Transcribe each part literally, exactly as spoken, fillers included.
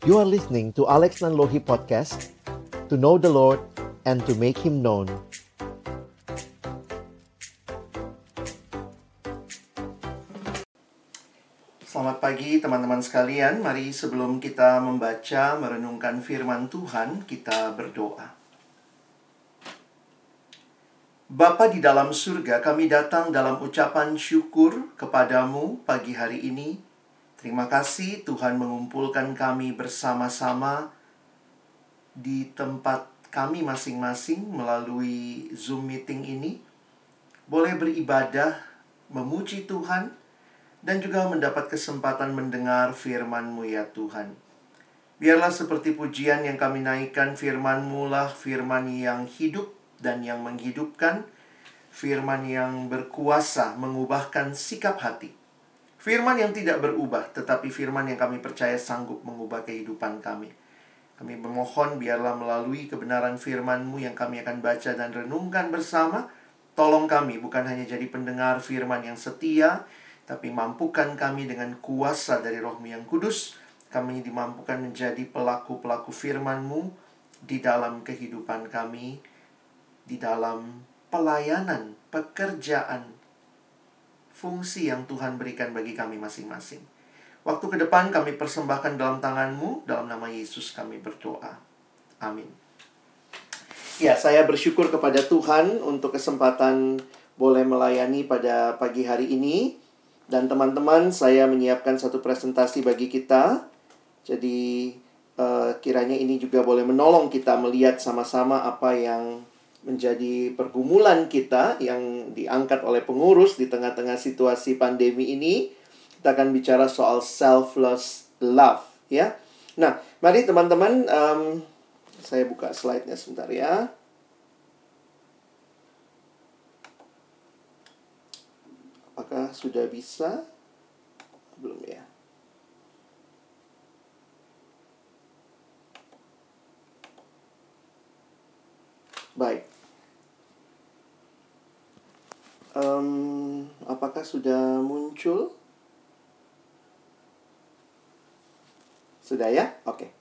You are listening to Alex Nanlohi Podcast, to know the Lord and to make Him known. Selamat pagi teman-teman sekalian. Mari sebelum kita membaca, merenungkan firman Tuhan, kita berdoa. Bapa di dalam surga, kami datang dalam ucapan syukur kepadamu pagi hari ini. Terima kasih Tuhan mengumpulkan kami bersama-sama di tempat kami masing-masing melalui Zoom meeting ini. Boleh beribadah, memuji Tuhan, dan juga mendapat kesempatan mendengar firman-Mu ya Tuhan. Biarlah seperti pujian yang kami naikkan, firman-Mu lah firman yang hidup dan yang menghidupkan, firman yang berkuasa mengubahkan sikap hati. Firman yang tidak berubah, tetapi firman yang kami percaya sanggup mengubah kehidupan kami. Kami memohon biarlah melalui kebenaran firman-Mu yang kami akan baca dan renungkan bersama, tolong kami bukan hanya jadi pendengar firman yang setia, tapi mampukan kami dengan kuasa dari Roh-Mu yang kudus. Kami dimampukan menjadi pelaku-pelaku firman-Mu di dalam kehidupan kami, di dalam pelayanan, pekerjaan, fungsi yang Tuhan berikan bagi kami masing-masing. Waktu ke depan kami persembahkan dalam tangan-Mu, dalam nama Yesus kami berdoa. Amin. Ya, saya bersyukur kepada Tuhan untuk kesempatan boleh melayani pada pagi hari ini. Dan teman-teman, saya menyiapkan satu presentasi bagi kita. Jadi, uh, kiranya ini juga boleh menolong kita melihat sama-sama apa yang menjadi pergumulan kita yang diangkat oleh pengurus di tengah-tengah situasi pandemi ini. Kita akan bicara soal selfless love, ya. Nah, mari teman-teman, um, saya buka slide-nya sebentar ya. Apakah sudah bisa? Belum ya. Baik. Um, apakah sudah muncul? Sudah ya? Oke.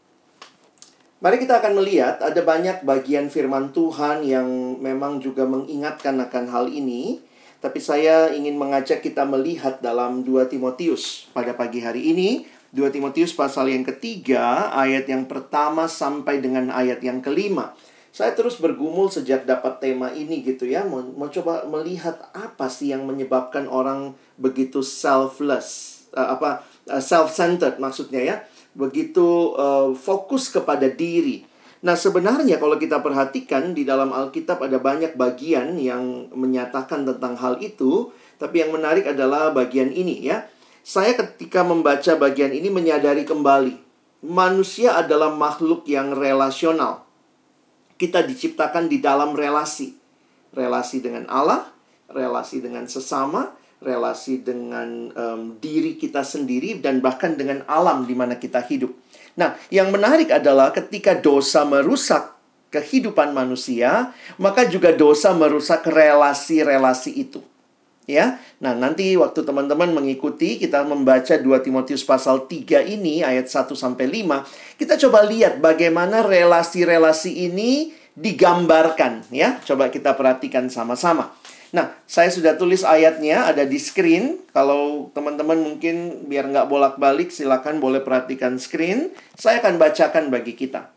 Mari kita akan melihat ada banyak bagian firman Tuhan yang memang juga mengingatkan akan hal ini. Tapi saya ingin mengajak kita melihat dalam dua Timotius pada pagi hari ini. dua Timotius pasal yang ketiga, ayat yang pertama sampai dengan ayat yang kelima. Saya terus bergumul sejak dapat tema ini gitu ya. Mau, mau coba melihat apa sih yang menyebabkan orang begitu selfless. Uh, apa uh, self-centered maksudnya ya. Begitu uh, fokus kepada diri. Nah sebenarnya kalau kita perhatikan di dalam Alkitab ada banyak bagian yang menyatakan tentang hal itu. Tapi yang menarik adalah bagian ini ya. Saya ketika membaca bagian ini menyadari kembali. Manusia adalah makhluk yang relasional. Kita diciptakan di dalam relasi. Relasi dengan Allah, relasi dengan sesama, relasi dengan um, diri kita sendiri, dan bahkan dengan alam di mana kita hidup. Nah, yang menarik adalah ketika dosa merusak kehidupan manusia, maka juga dosa merusak relasi-relasi itu. Ya, nah nanti waktu teman-teman mengikuti kita membaca dua Timotius pasal tiga ini ayat satu sampai lima, kita coba lihat bagaimana relasi-relasi ini digambarkan ya. Coba kita perhatikan sama-sama. Nah, saya sudah tulis ayatnya ada di screen. Kalau teman-teman mungkin biar nggak bolak-balik, silakan boleh perhatikan screen. Saya akan bacakan bagi kita.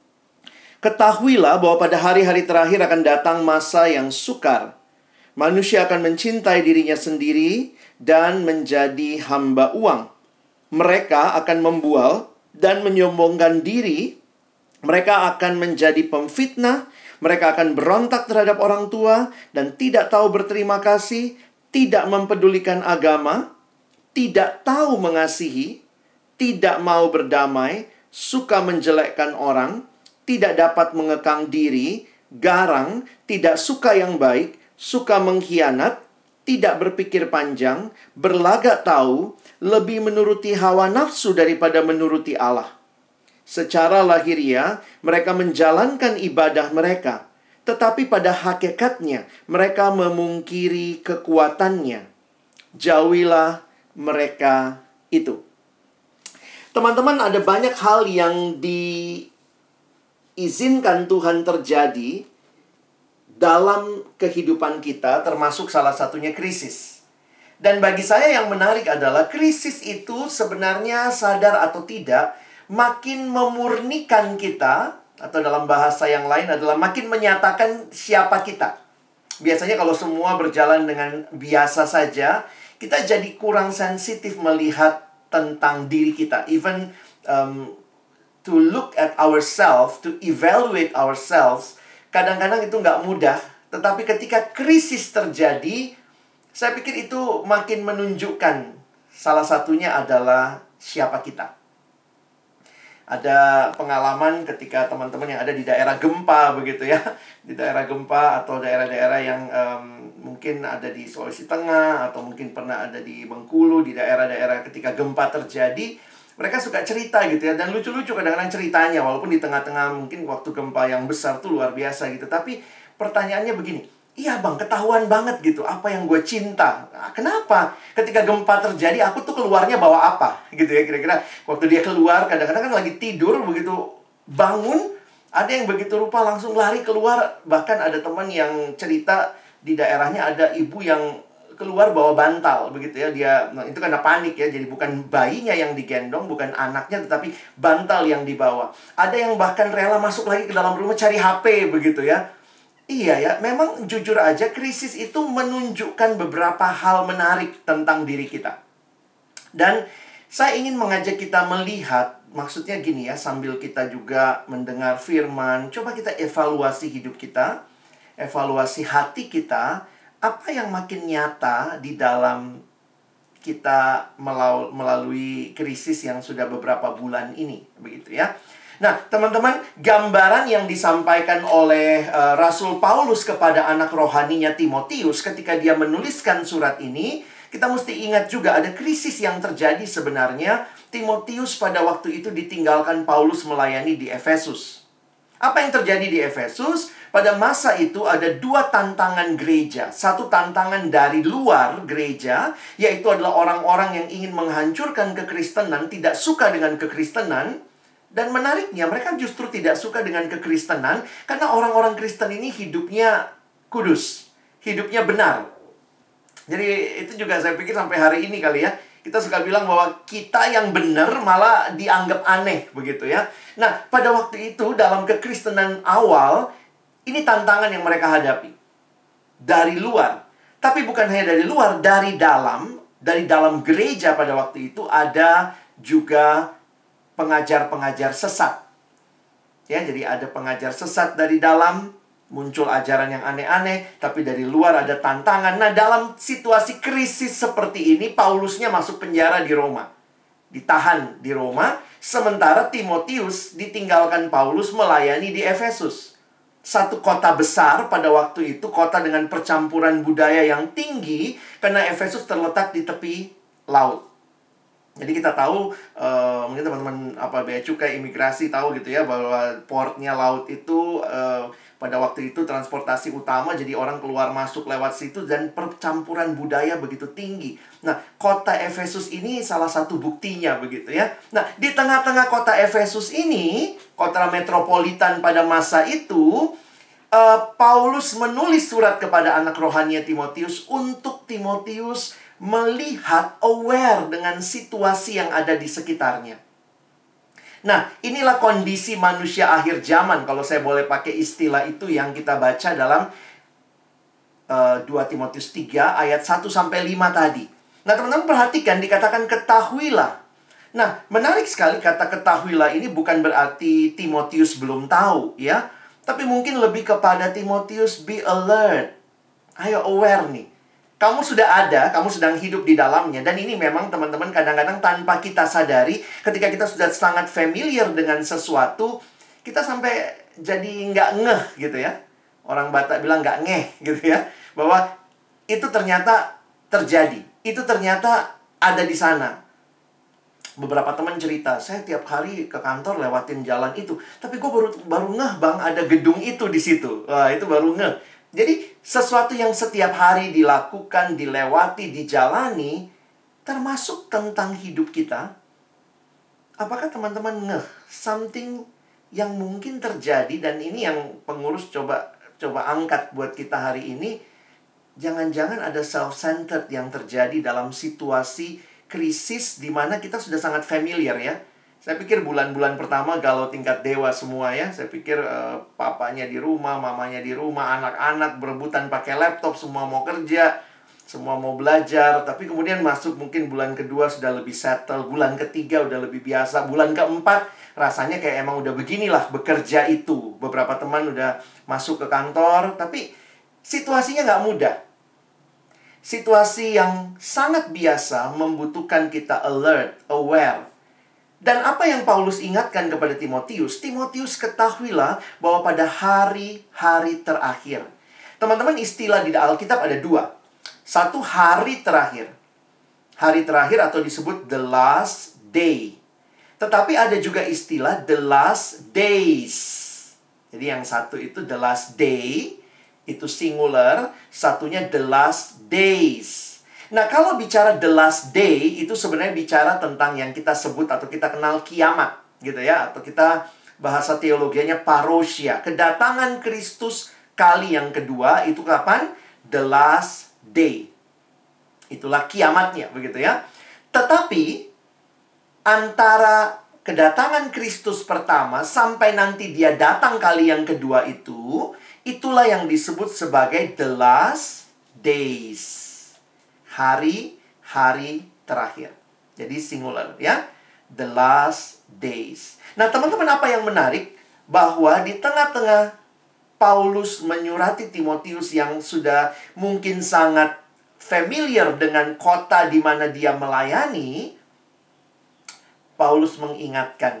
Ketahuilah bahwa pada hari-hari terakhir akan datang masa yang sukar. Manusia akan mencintai dirinya sendiri dan menjadi hamba uang. Mereka akan membual dan menyombongkan diri. Mereka akan menjadi pemfitnah. Mereka akan berontak terhadap orang tua dan tidak tahu berterima kasih, tidak mempedulikan agama, tidak tahu mengasihi, tidak mau berdamai, suka menjelekkan orang, tidak dapat mengekang diri, garang, tidak suka yang baik, suka mengkhianat, tidak berpikir panjang, berlagak tahu, lebih menuruti hawa nafsu daripada menuruti Allah. Secara lahiriah, mereka menjalankan ibadah mereka. Tetapi pada hakikatnya, mereka memungkiri kekuatannya. Jauhilah mereka itu. Teman-teman, ada banyak hal yang diizinkan Tuhan terjadi dalam kehidupan kita, termasuk salah satunya krisis. Dan bagi saya yang menarik adalah krisis itu sebenarnya sadar atau tidak, makin memurnikan kita, atau dalam bahasa yang lain adalah makin menyatakan siapa kita. Biasanya kalau semua berjalan dengan biasa saja, kita jadi kurang sensitif melihat tentang diri kita. Even um, to look at ourselves, to evaluate ourselves, kadang-kadang itu nggak mudah. Tetapi ketika krisis terjadi, saya pikir itu makin menunjukkan salah satunya adalah siapa kita. Ada pengalaman ketika teman-teman yang ada di daerah gempa begitu ya. Di daerah gempa atau daerah-daerah yang um, mungkin ada di Sulawesi Tengah, atau mungkin pernah ada di Bengkulu, di daerah-daerah ketika gempa terjadi, mereka suka cerita gitu ya. Dan lucu-lucu kadang-kadang ceritanya, walaupun di tengah-tengah mungkin waktu gempa yang besar tuh luar biasa gitu. Tapi pertanyaannya begini, iya bang, ketahuan banget gitu apa yang gue cinta. Nah, kenapa? Ketika gempa terjadi, aku tuh keluarnya bawa apa? Gitu ya, kira-kira waktu dia keluar, kadang-kadang kan lagi tidur, begitu bangun, ada yang begitu rupa langsung lari keluar. Bahkan ada teman yang cerita di daerahnya ada ibu yang keluar bawa bantal, begitu ya. Dia, nah, itu karena panik ya, jadi bukan bayinya yang digendong, bukan anaknya, tetapi bantal yang dibawa. Ada yang bahkan rela masuk lagi ke dalam rumah cari H P, begitu ya. Iya ya, memang jujur aja krisis itu menunjukkan beberapa hal menarik tentang diri kita. Dan saya ingin mengajak kita melihat, maksudnya gini ya, sambil kita juga mendengar firman, coba kita evaluasi hidup kita, evaluasi hati kita, apa yang makin nyata di dalam kita melalui krisis yang sudah beberapa bulan ini, begitu ya. Nah, teman-teman, gambaran yang disampaikan oleh uh, Rasul Paulus kepada anak rohaninya Timotius ketika dia menuliskan surat ini, kita mesti ingat juga ada krisis yang terjadi sebenarnya. Timotius pada waktu itu ditinggalkan Paulus melayani di Efesus. Apa yang terjadi di Efesus? Pada masa itu ada dua tantangan gereja. Satu tantangan dari luar gereja, yaitu adalah orang-orang yang ingin menghancurkan kekristenan, tidak suka dengan kekristenan. Dan menariknya, mereka justru tidak suka dengan kekristenan karena orang-orang Kristen ini hidupnya kudus, hidupnya benar. Jadi itu juga saya pikir sampai hari ini kali ya, kita suka bilang bahwa kita yang benar malah dianggap aneh, begitu ya. Nah, pada waktu itu dalam kekristenan awal, ini tantangan yang mereka hadapi. Dari luar. Tapi bukan hanya dari luar, dari dalam. Dari dalam gereja pada waktu itu ada juga pengajar-pengajar sesat. Ya, jadi ada pengajar sesat dari dalam, muncul ajaran yang aneh-aneh, tapi dari luar ada tantangan. Nah, dalam situasi krisis seperti ini, Paulusnya masuk penjara di Roma. Ditahan di Roma, sementara Timotius ditinggalkan Paulus melayani di Efesus. Satu kota besar pada waktu itu, kota dengan percampuran budaya yang tinggi, karena Efesus terletak di tepi laut. Jadi kita tahu, uh, mungkin teman-teman apa bea cukai imigrasi tahu gitu ya, bahwa portnya laut itu uh, pada waktu itu transportasi utama, jadi orang keluar masuk lewat situ, dan percampuran budaya begitu tinggi. Nah, kota Efesus ini salah satu buktinya begitu ya. Nah, di tengah-tengah kota Efesus ini, kota metropolitan pada masa itu, uh, Paulus menulis surat kepada anak rohaninya Timotius untuk Timotius melihat, aware dengan situasi yang ada di sekitarnya. Nah, inilah kondisi manusia akhir zaman, kalau saya boleh pakai istilah itu yang kita baca dalam uh, dua Timotius tiga ayat satu sampai lima tadi. Nah, teman-teman perhatikan, dikatakan ketahuilah. Nah, menarik sekali kata ketahuilah ini bukan berarti Timotius belum tahu, ya. Tapi mungkin lebih kepada Timotius, be alert. Ayo aware nih. Kamu sudah ada, kamu sedang hidup di dalamnya. Dan ini memang teman-teman kadang-kadang tanpa kita sadari, ketika kita sudah sangat familiar dengan sesuatu, kita sampai jadi nggak ngeh gitu ya. Orang Batak bilang nggak ngeh gitu ya. Bahwa itu ternyata terjadi. Itu ternyata ada di sana. Beberapa teman cerita, saya tiap hari ke kantor lewatin jalan itu. Tapi gue baru, baru ngeh bang, ada gedung itu di situ. Wah, itu baru ngeh. Jadi, sesuatu yang setiap hari dilakukan, dilewati, dijalani, termasuk tentang hidup kita, Apakah teman-teman ngeh something yang mungkin terjadi, dan ini yang pengurus coba coba angkat buat kita hari ini. Jangan-jangan ada self-centered yang terjadi dalam situasi krisis di mana kita sudah sangat familiar ya. Saya pikir bulan-bulan pertama galau tingkat dewa semua ya. Saya pikir uh, papanya di rumah, mamanya di rumah, anak-anak berebutan pakai laptop, semua mau kerja, semua mau belajar. Tapi kemudian masuk mungkin bulan kedua sudah lebih settle, bulan ketiga udah lebih biasa, bulan keempat rasanya kayak emang udah beginilah bekerja itu. Beberapa teman udah masuk ke kantor, tapi situasinya nggak mudah. Situasi yang sangat biasa membutuhkan kita alert, aware. Dan apa yang Paulus ingatkan kepada Timotius? Timotius, ketahuilah bahwa pada hari-hari terakhir. Teman-teman, istilah di Alkitab ada dua. Satu, hari terakhir. Hari terakhir atau disebut the last day. Tetapi ada juga istilah the last days. Jadi yang satu itu the last day, itu singular. Satunya the last days. Nah, kalau bicara the last day, itu sebenarnya bicara tentang yang kita sebut atau kita kenal kiamat, gitu ya. Atau kita bahasa teologianya parousia. Kedatangan Kristus kali yang kedua, itu kapan? The last day. Itulah kiamatnya, begitu ya. Tetapi, antara kedatangan Kristus pertama sampai nanti dia datang kali yang kedua itu, itulah yang disebut sebagai the last days. Hari-hari terakhir. Jadi singular ya. The last days. Nah, teman-teman, apa yang menarik? Bahwa di tengah-tengah Paulus menyurati Timotius yang sudah mungkin sangat familiar dengan kota di mana dia melayani, Paulus mengingatkan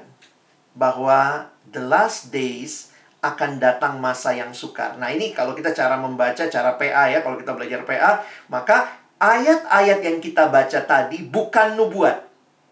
bahwa the last days akan datang masa yang sukar. Nah, ini kalau kita cara membaca, cara P A ya, kalau kita belajar P A, maka ayat-ayat yang kita baca tadi bukan nubuat.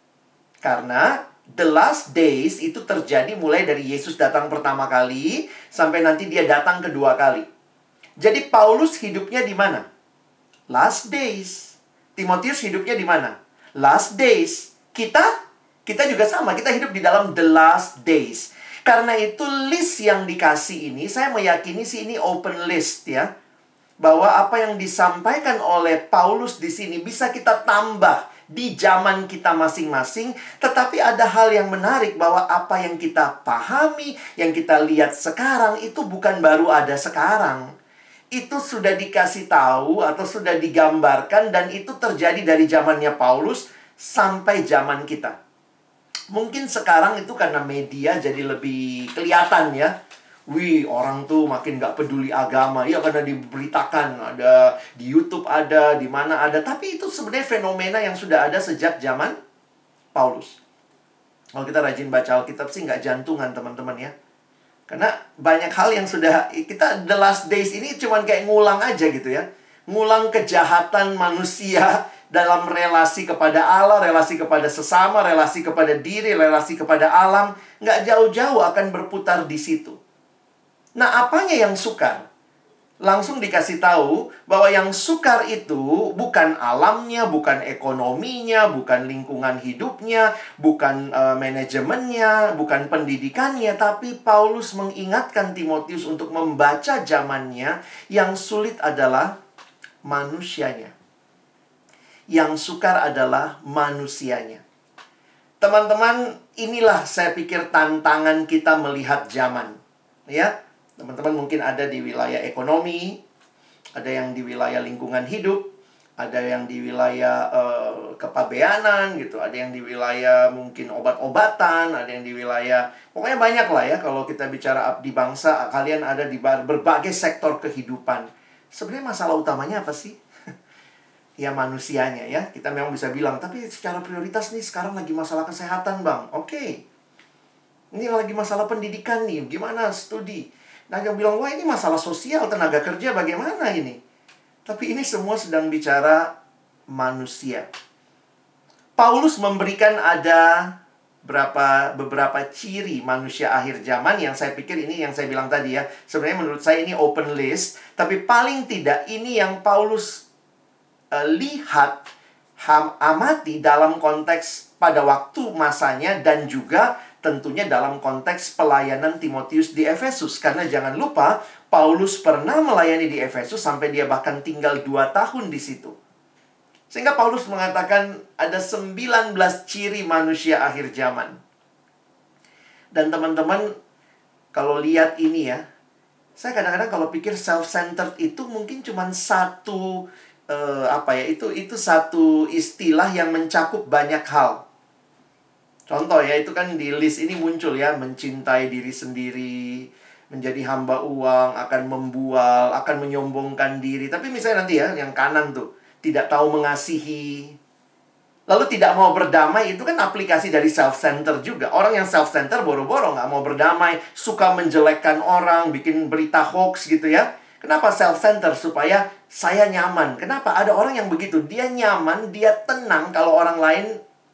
Karena the last days itu terjadi mulai dari Yesus datang pertama kali sampai nanti dia datang kedua kali. Jadi Paulus hidupnya di mana? Last days. Timotius hidupnya di mana? Last days. Kita kita juga sama, kita hidup di dalam the last days. Karena itu list yang dikasih ini, saya meyakini sih ini open list ya. Bahwa apa yang disampaikan oleh Paulus di sini bisa kita tambah di zaman kita masing-masing. Tetapi ada hal yang menarik bahwa apa yang kita pahami, yang kita lihat sekarang itu bukan baru ada sekarang. Itu sudah dikasih tahu atau sudah digambarkan dan itu terjadi dari zamannya Paulus sampai zaman kita. Mungkin sekarang itu karena media jadi lebih kelihatan ya. Wih, orang tuh makin gak peduli agama. Ya, karena diberitakan, ada di YouTube ada, di mana ada. Tapi itu sebenarnya fenomena yang sudah ada sejak zaman Paulus. Kalau kita rajin baca Alkitab sih gak jantungan, teman-teman ya. Karena banyak hal yang sudah, kita the last days ini cuman kayak ngulang aja gitu ya. Ngulang kejahatan manusia dalam relasi kepada Allah, relasi kepada sesama, relasi kepada diri, relasi kepada alam. Gak jauh-jauh akan berputar di situ. Nah, apanya yang sukar? Langsung dikasih tahu bahwa yang sukar itu bukan alamnya, bukan ekonominya, bukan lingkungan hidupnya, bukan uh, manajemennya, bukan pendidikannya. Tapi Paulus mengingatkan Timotius untuk membaca zamannya. Yang sulit adalah manusianya. Yang sukar adalah manusianya. Teman-teman, inilah saya pikir tantangan kita melihat zaman. Ya. Teman-teman mungkin ada di wilayah ekonomi, ada yang di wilayah lingkungan hidup, ada yang di wilayah uh, kepabeanan gitu, ada yang di wilayah mungkin obat-obatan, ada yang di wilayah, pokoknya banyak lah ya. Kalau kita bicara abdi bangsa, kalian ada di berbagai sektor kehidupan. Sebenarnya masalah utamanya apa sih? Ya manusianya ya. Kita memang bisa bilang, tapi secara prioritas nih sekarang lagi masalah kesehatan, Bang. Oke. Ini lagi masalah pendidikan nih, gimana studi? Nah, yang bilang, wah ini masalah sosial, tenaga kerja bagaimana ini? Tapi ini semua sedang bicara manusia. Paulus memberikan ada berapa beberapa ciri manusia akhir zaman yang saya pikir ini yang saya bilang tadi ya. Sebenarnya menurut saya ini open list. Tapi paling tidak ini yang Paulus uh, lihat ham- amati dalam konteks pada waktu masanya dan juga tentunya dalam konteks pelayanan Timotius di Efesus. Karena jangan lupa, Paulus pernah melayani di Efesus sampai dia bahkan tinggal dua tahun di situ. Sehingga Paulus mengatakan ada sembilan belas ciri manusia akhir zaman. Dan teman-teman, kalau lihat ini ya, saya kadang-kadang kalau pikir self-centered itu mungkin cuma satu, eh, apa ya, itu, itu satu istilah yang mencakup banyak hal. Contoh ya, itu kan di list ini muncul ya, mencintai diri sendiri, menjadi hamba uang, akan membual, akan menyombongkan diri. Tapi misalnya nanti ya, yang kanan tuh, tidak tahu mengasihi, lalu tidak mau berdamai, itu kan aplikasi dari self-center juga. Orang yang self-center boro-boro nggak mau berdamai, suka menjelekkan orang, bikin berita hoax gitu ya. Kenapa self-center? Supaya saya nyaman. Kenapa? Ada orang yang begitu, dia nyaman, dia tenang kalau orang lain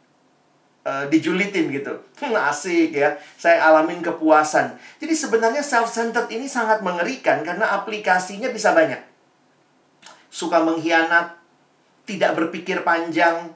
Uh, dijulitin gitu. Hmm, asik ya. Saya alamin kepuasan. Jadi sebenarnya self-centered ini sangat mengerikan karena aplikasinya bisa banyak. Suka mengkhianat, tidak berpikir panjang,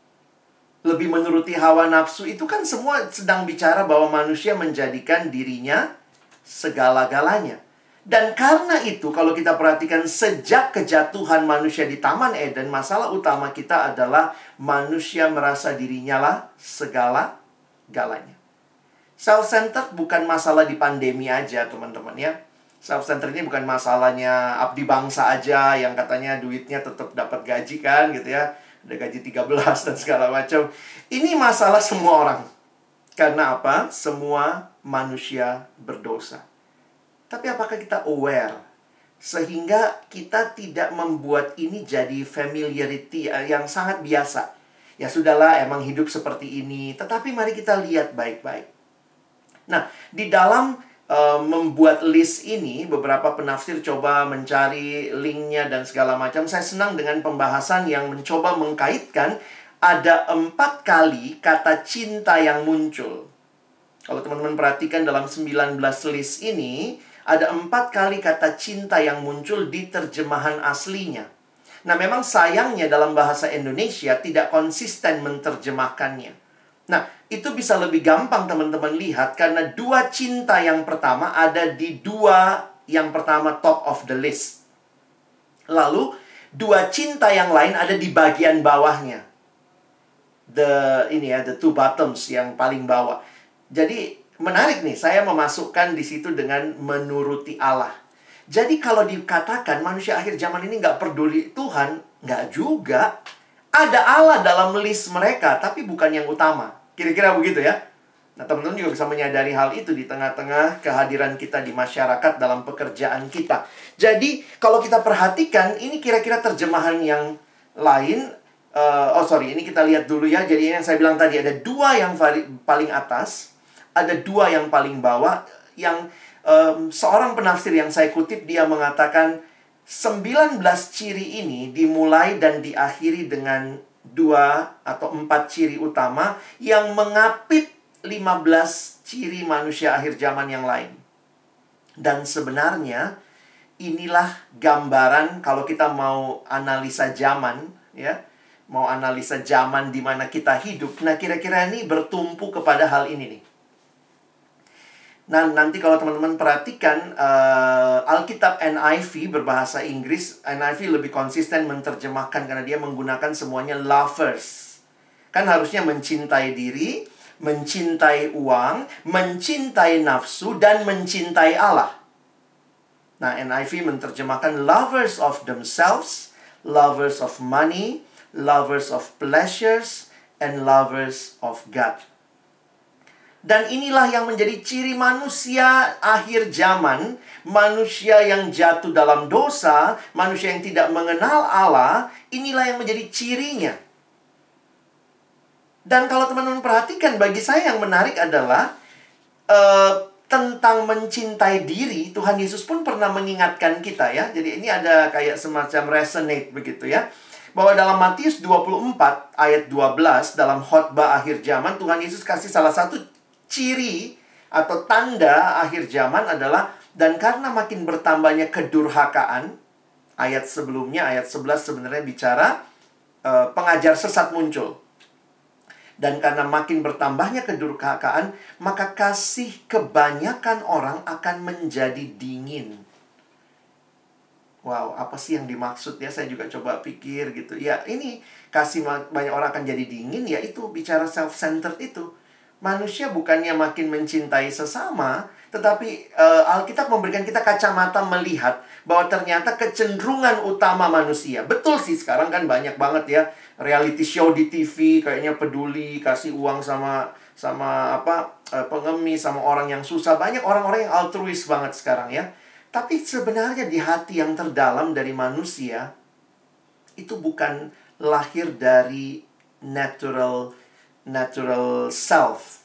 lebih menuruti hawa nafsu. Itu kan semua sedang bicara bahwa manusia menjadikan dirinya segala-galanya. Dan karena itu, kalau kita perhatikan sejak kejatuhan manusia di Taman Eden, masalah utama kita adalah manusia merasa dirinya lah segala-galanya. Self-centered bukan masalah di pandemi aja, teman-teman ya. Self-centered ini bukan masalahnya abdi bangsa aja yang katanya duitnya tetap dapat gaji kan gitu ya. Ada gaji tiga belas dan segala macam. Ini masalah semua orang. Karena apa? Semua manusia berdosa. Tapi apakah kita aware? Sehingga kita tidak membuat ini jadi familiarity yang sangat biasa. Ya sudahlah, emang hidup seperti ini. Tetapi mari kita lihat baik-baik. Nah, di dalam uh, membuat list ini, beberapa penafsir coba mencari linknya dan segala macam. Saya senang dengan pembahasan yang mencoba mengkaitkan ada empat kali kata cinta yang muncul. Kalau teman-teman perhatikan dalam sembilan belas list ini, ada empat kali kata cinta yang muncul di terjemahan aslinya. Nah, memang sayangnya dalam bahasa Indonesia tidak konsisten menerjemahkannya. Nah, itu bisa lebih gampang teman-teman lihat karena dua cinta yang pertama ada di dua yang pertama top of the list. Lalu, dua cinta yang lain ada di bagian bawahnya. The ini ya, the two bottoms yang paling bawah. Jadi menarik nih, saya memasukkan di situ dengan menuruti Allah. Jadi kalau dikatakan manusia akhir zaman ini nggak peduli Tuhan, nggak juga. Ada Allah dalam list mereka, tapi bukan yang utama. Kira-kira begitu ya. Nah, teman-teman juga bisa menyadari hal itu di tengah-tengah kehadiran kita di masyarakat dalam pekerjaan kita. Jadi kalau kita perhatikan, ini kira-kira terjemahan yang lain. Uh, oh sorry, ini kita lihat dulu ya. Jadi yang saya bilang tadi, ada dua yang paling atas, ada dua yang paling bawah. Yang um, seorang penafsir yang saya kutip, dia mengatakan sembilan belas ciri ini dimulai dan diakhiri dengan dua atau empat ciri utama yang mengapit lima belas ciri manusia akhir zaman yang lain. Dan sebenarnya inilah gambaran kalau kita mau analisa zaman ya. Mau analisa zaman di mana kita hidup. Nah, kira-kira ini bertumpu kepada hal ini nih. Nah, nanti kalau teman-teman perhatikan uh, Alkitab N I V berbahasa Inggris, N I V lebih konsisten menerjemahkan karena dia menggunakan semuanya lovers. Kan harusnya mencintai diri, mencintai uang, mencintai nafsu, dan mencintai Allah. Nah, N I V menerjemahkan lovers of themselves, lovers of money, lovers of pleasures, and lovers of God. Dan inilah yang menjadi ciri manusia akhir zaman. Manusia yang jatuh dalam dosa, manusia yang tidak mengenal Allah. Inilah yang menjadi cirinya. Dan kalau teman-teman perhatikan, bagi saya yang menarik adalah uh, tentang mencintai diri. Tuhan Yesus pun pernah mengingatkan kita ya. Jadi ini ada kayak semacam resonate begitu ya. Bahwa dalam Matius dua puluh empat ayat dua belas dalam khotbah akhir zaman, Tuhan Yesus kasih salah satu ciri atau tanda akhir zaman adalah, dan karena makin bertambahnya kedurhakaan. Ayat sebelumnya, ayat sebelas sebenarnya bicara uh, pengajar sesat muncul. Dan karena makin bertambahnya kedurhakaan, maka kasih kebanyakan orang akan menjadi dingin. Wow, apa sih yang dimaksud ya? Saya juga coba pikir gitu. Ya, ini kasih banyak orang akan jadi dingin, ya itu bicara self-centered itu. Manusia bukannya makin mencintai sesama, tetapi uh, Alkitab memberikan kita kacamata melihat bahwa ternyata kecenderungan utama manusia. Betul sih, sekarang kan banyak banget ya reality show di T V, kayaknya peduli kasih uang sama sama apa uh, pengemis, sama orang yang susah. Banyak orang-orang yang altruis banget sekarang ya. Tapi sebenarnya di hati yang terdalam dari manusia itu bukan lahir dari natural natural self,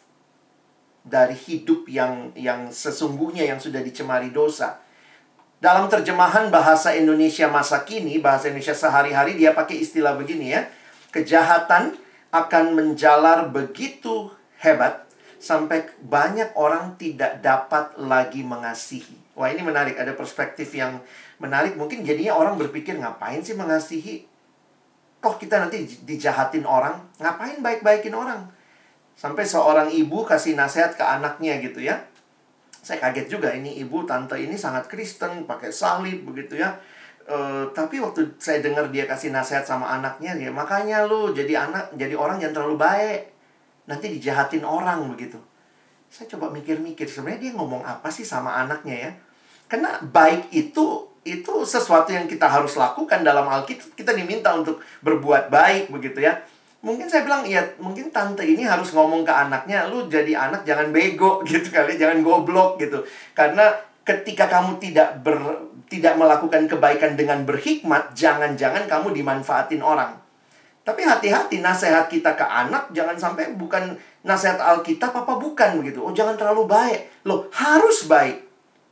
dari hidup yang yang sesungguhnya yang sudah dicemari dosa. Dalam terjemahan bahasa Indonesia masa kini, bahasa Indonesia sehari-hari, dia pakai istilah begini ya. Kejahatan akan menjalar begitu hebat sampai banyak orang tidak dapat lagi mengasihi. Wah, ini menarik, ada perspektif yang menarik. Mungkin jadinya orang berpikir, ngapain sih mengasihi? Toh kita nanti dijahatin orang, ngapain baik-baikin orang? Sampai seorang ibu kasih nasihat ke anaknya gitu ya. Saya kaget juga, ini ibu tante ini sangat Kristen, pakai salib begitu ya. Uh, tapi waktu saya dengar dia kasih nasihat sama anaknya, dia, makanya lu jadi anak, jadi orang yang terlalu baik, nanti dijahatin orang begitu. Saya coba mikir-mikir, sebenarnya dia ngomong apa sih sama anaknya ya? Karena baik itu itu sesuatu yang kita harus lakukan dalam Alkitab. Kita diminta untuk berbuat baik begitu ya. Mungkin saya bilang, ya mungkin tante ini harus ngomong ke anaknya, lu jadi anak jangan bego gitu kali, jangan goblok gitu. Karena ketika kamu tidak ber, tidak melakukan kebaikan dengan berhikmat, jangan-jangan kamu dimanfaatin orang. Tapi hati-hati, nasihat kita ke anak jangan sampai bukan nasihat Alkitab apa bukan begitu. Oh, jangan terlalu baik. Loh, harus baik.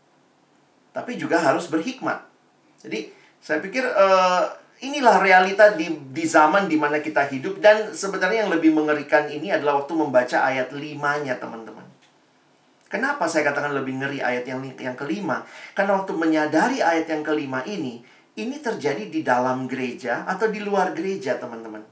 Tapi juga harus berhikmat. Jadi, saya pikir uh, inilah realita di, di zaman di mana kita hidup. Dan sebenarnya yang lebih mengerikan ini adalah waktu membaca ayat limanya, teman-teman. Kenapa saya katakan lebih ngeri ayat yang, yang kelima? Karena waktu menyadari ayat yang kelima ini, ini terjadi di dalam gereja atau di luar gereja, teman-teman.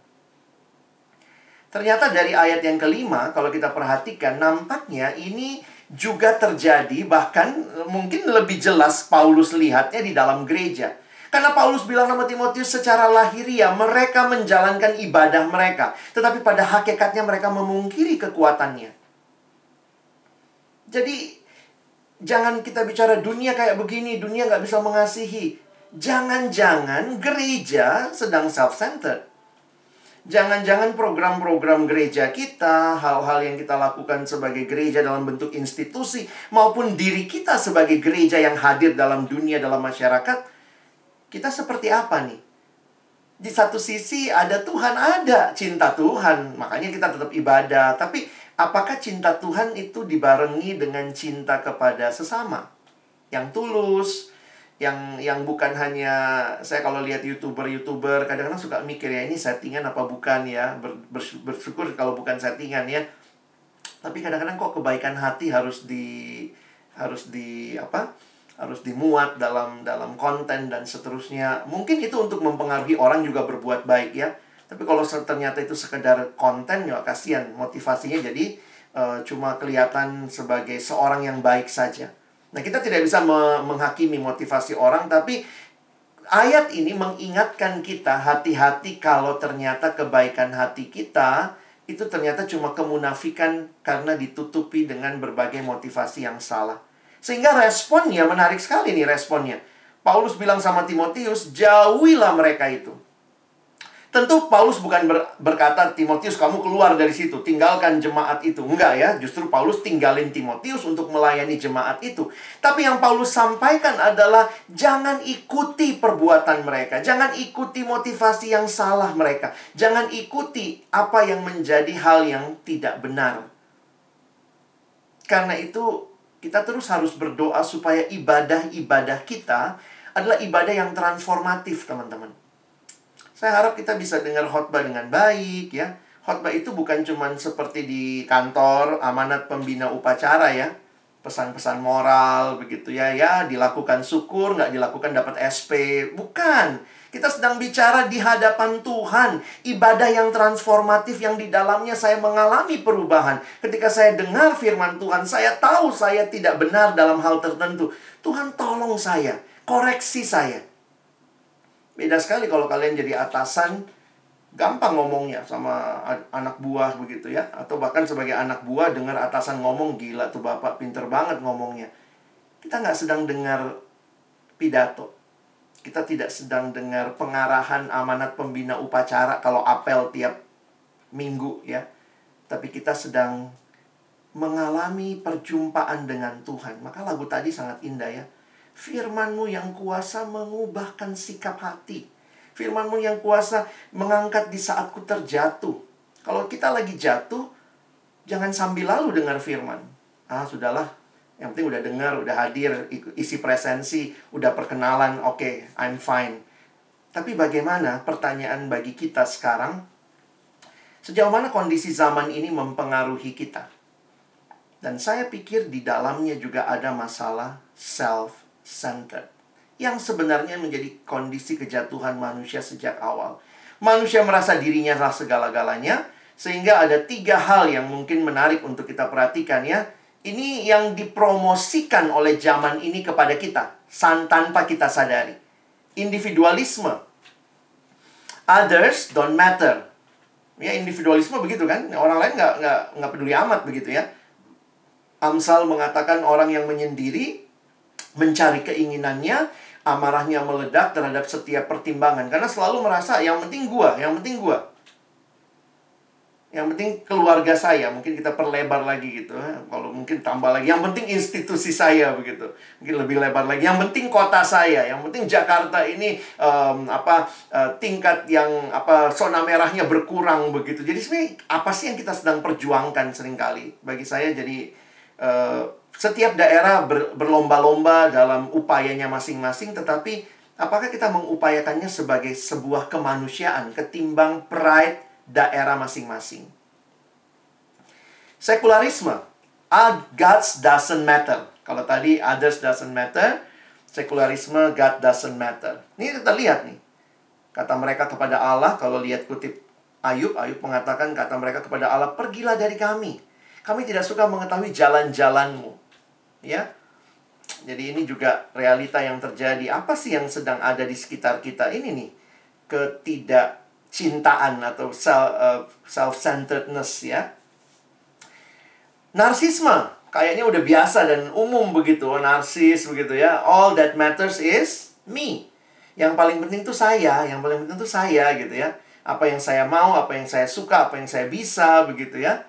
Ternyata dari ayat yang kelima, kalau kita perhatikan, nampaknya ini juga terjadi, bahkan mungkin lebih jelas Paulus lihatnya di dalam gereja. Karena Paulus bilang sama Timotius, secara lahiriah mereka menjalankan ibadah mereka, tetapi pada hakikatnya mereka memungkiri kekuatannya. Jadi, jangan kita bicara dunia kayak begini, dunia nggak bisa mengasihi. Jangan-jangan gereja sedang self-centered. Jangan-jangan program-program gereja kita, hal-hal yang kita lakukan sebagai gereja dalam bentuk institusi, maupun diri kita sebagai gereja yang hadir dalam dunia, dalam masyarakat, kita seperti apa nih? Di satu sisi ada Tuhan, ada cinta Tuhan, makanya kita tetap ibadah. Tapi apakah cinta Tuhan itu dibarengi dengan cinta kepada sesama? Yang tulus, yang yang bukan hanya, saya kalau lihat YouTuber-YouTuber kadang-kadang suka mikir ya, ini settingan apa bukan ya, ber, bersyukur kalau bukan settingan ya. Tapi kadang-kadang kok kebaikan hati harus di harus di apa? harus dimuat dalam dalam konten dan seterusnya. Mungkin itu untuk mempengaruhi orang juga berbuat baik ya. Tapi kalau ternyata itu sekedar konten, ya kasihan, motivasinya jadi uh, cuma kelihatan sebagai seorang yang baik saja. Nah, kita tidak bisa me menghakimi motivasi orang, tapi ayat ini mengingatkan kita hati-hati kalau ternyata kebaikan hati kita itu ternyata cuma kemunafikan karena ditutupi dengan berbagai motivasi yang salah. Sehingga responnya menarik sekali nih responnya. Paulus bilang sama Timotius, jauhilah mereka itu. Tentu Paulus bukan ber, berkata, Timotius kamu keluar dari situ, tinggalkan jemaat itu. Enggak ya, justru Paulus tinggalin Timotius untuk melayani jemaat itu. Tapi yang Paulus sampaikan adalah, jangan ikuti perbuatan mereka. Jangan ikuti motivasi yang salah mereka. Jangan ikuti apa yang menjadi hal yang tidak benar. Karena itu, kita terus harus berdoa supaya ibadah-ibadah kita adalah ibadah yang transformatif, teman-teman. Saya harap kita bisa dengar khotbah dengan baik ya. Khotbah itu bukan cuma seperti di kantor, amanat pembina upacara ya. Pesan-pesan moral begitu ya. Ya, dilakukan syukur, nggak dilakukan dapat S P. Bukan. Kita sedang bicara di hadapan Tuhan. Ibadah yang transformatif yang di dalamnya saya mengalami perubahan. Ketika saya dengar firman Tuhan, saya tahu saya tidak benar dalam hal tertentu. Tuhan tolong saya, koreksi saya. Beda sekali kalau kalian jadi atasan, gampang ngomongnya sama anak buah begitu ya. Atau bahkan sebagai anak buah dengar atasan ngomong, gila tuh bapak pinter banget ngomongnya. Kita nggak sedang dengar pidato. Kita tidak sedang dengar pengarahan amanat pembina upacara kalau apel tiap minggu ya. Tapi kita sedang mengalami perjumpaan dengan Tuhan. Maka lagu tadi sangat indah ya. Firman-Mu yang kuasa mengubahkan sikap hati. Firman-Mu yang kuasa mengangkat di saat ku terjatuh. Kalau kita lagi jatuh, jangan sambil lalu dengar firman. Ah, sudahlah. Yang penting udah dengar, udah hadir, isi presensi, udah perkenalan, oke, okay, I'm fine. Tapi bagaimana pertanyaan bagi kita sekarang? Sejauh mana kondisi zaman ini mempengaruhi kita? Dan saya pikir di dalamnya juga ada masalah self-centered. Yang sebenarnya menjadi kondisi kejatuhan manusia sejak awal. Manusia merasa dirinya adalah segala-galanya, sehingga ada tiga hal yang mungkin menarik untuk kita perhatikan ya. Ini yang dipromosikan oleh zaman ini kepada kita, tanpa kita sadari. Individualisme. Others don't matter. Ya, individualisme begitu kan. Orang lain nggak nggak nggak peduli amat begitu ya. Amsal mengatakan orang yang menyendiri, mencari keinginannya, amarahnya meledak terhadap setiap pertimbangan. Karena selalu merasa yang penting gua, yang penting gua. Yang penting keluarga saya. Mungkin kita perlebar lagi gitu. Kalau mungkin tambah lagi. Yang penting institusi saya begitu. Mungkin lebih lebar lagi. Yang penting kota saya. Yang penting Jakarta ini um, apa uh, tingkat yang apa zona merahnya berkurang begitu. Jadi sebenarnya apa sih yang kita sedang perjuangkan seringkali? Bagi saya jadi uh, setiap daerah ber, berlomba-lomba dalam upayanya masing-masing. Tetapi apakah kita mengupayakannya sebagai sebuah kemanusiaan ketimbang pride daerah masing-masing? Sekularisme. God doesn't matter. Kalau tadi others doesn't matter, sekularisme God doesn't matter. Ini kita lihat nih. Kata mereka kepada Allah, kalau lihat kutip Ayub, Ayub mengatakan kata mereka kepada Allah, pergilah dari kami. Kami tidak suka mengetahui jalan-jalanmu. Ya. Jadi ini juga realita yang terjadi. Apa sih yang sedang ada di sekitar kita ini nih? Ketidak cintaan atau self, uh, self-centeredness ya. Narsisme. Kayaknya udah biasa dan umum begitu. Narsis begitu ya. All that matters is me. Yang paling penting tuh saya. Yang paling penting tuh saya gitu ya. Apa yang saya mau, apa yang saya suka, apa yang saya bisa begitu ya.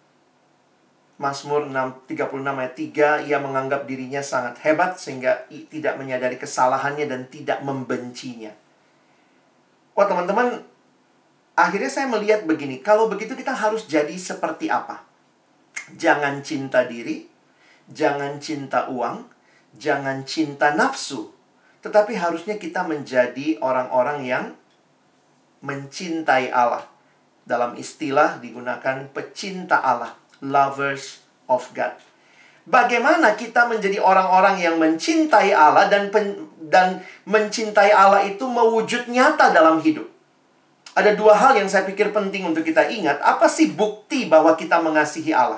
Mazmur tiga puluh enam ayat tiga. Ia menganggap dirinya sangat hebat sehingga tidak menyadari kesalahannya dan tidak membencinya. Wah teman-teman, akhirnya saya melihat begini, kalau begitu kita harus jadi seperti apa? Jangan cinta diri, jangan cinta uang, jangan cinta nafsu. Tetapi harusnya kita menjadi orang-orang yang mencintai Allah. Dalam istilah digunakan pecinta Allah, lovers of God. Bagaimana kita menjadi orang-orang yang mencintai Allah dan, pen, dan mencintai Allah itu mewujud nyata dalam hidup? Ada dua hal yang saya pikir penting untuk kita ingat. Apa sih bukti bahwa kita mengasihi Allah?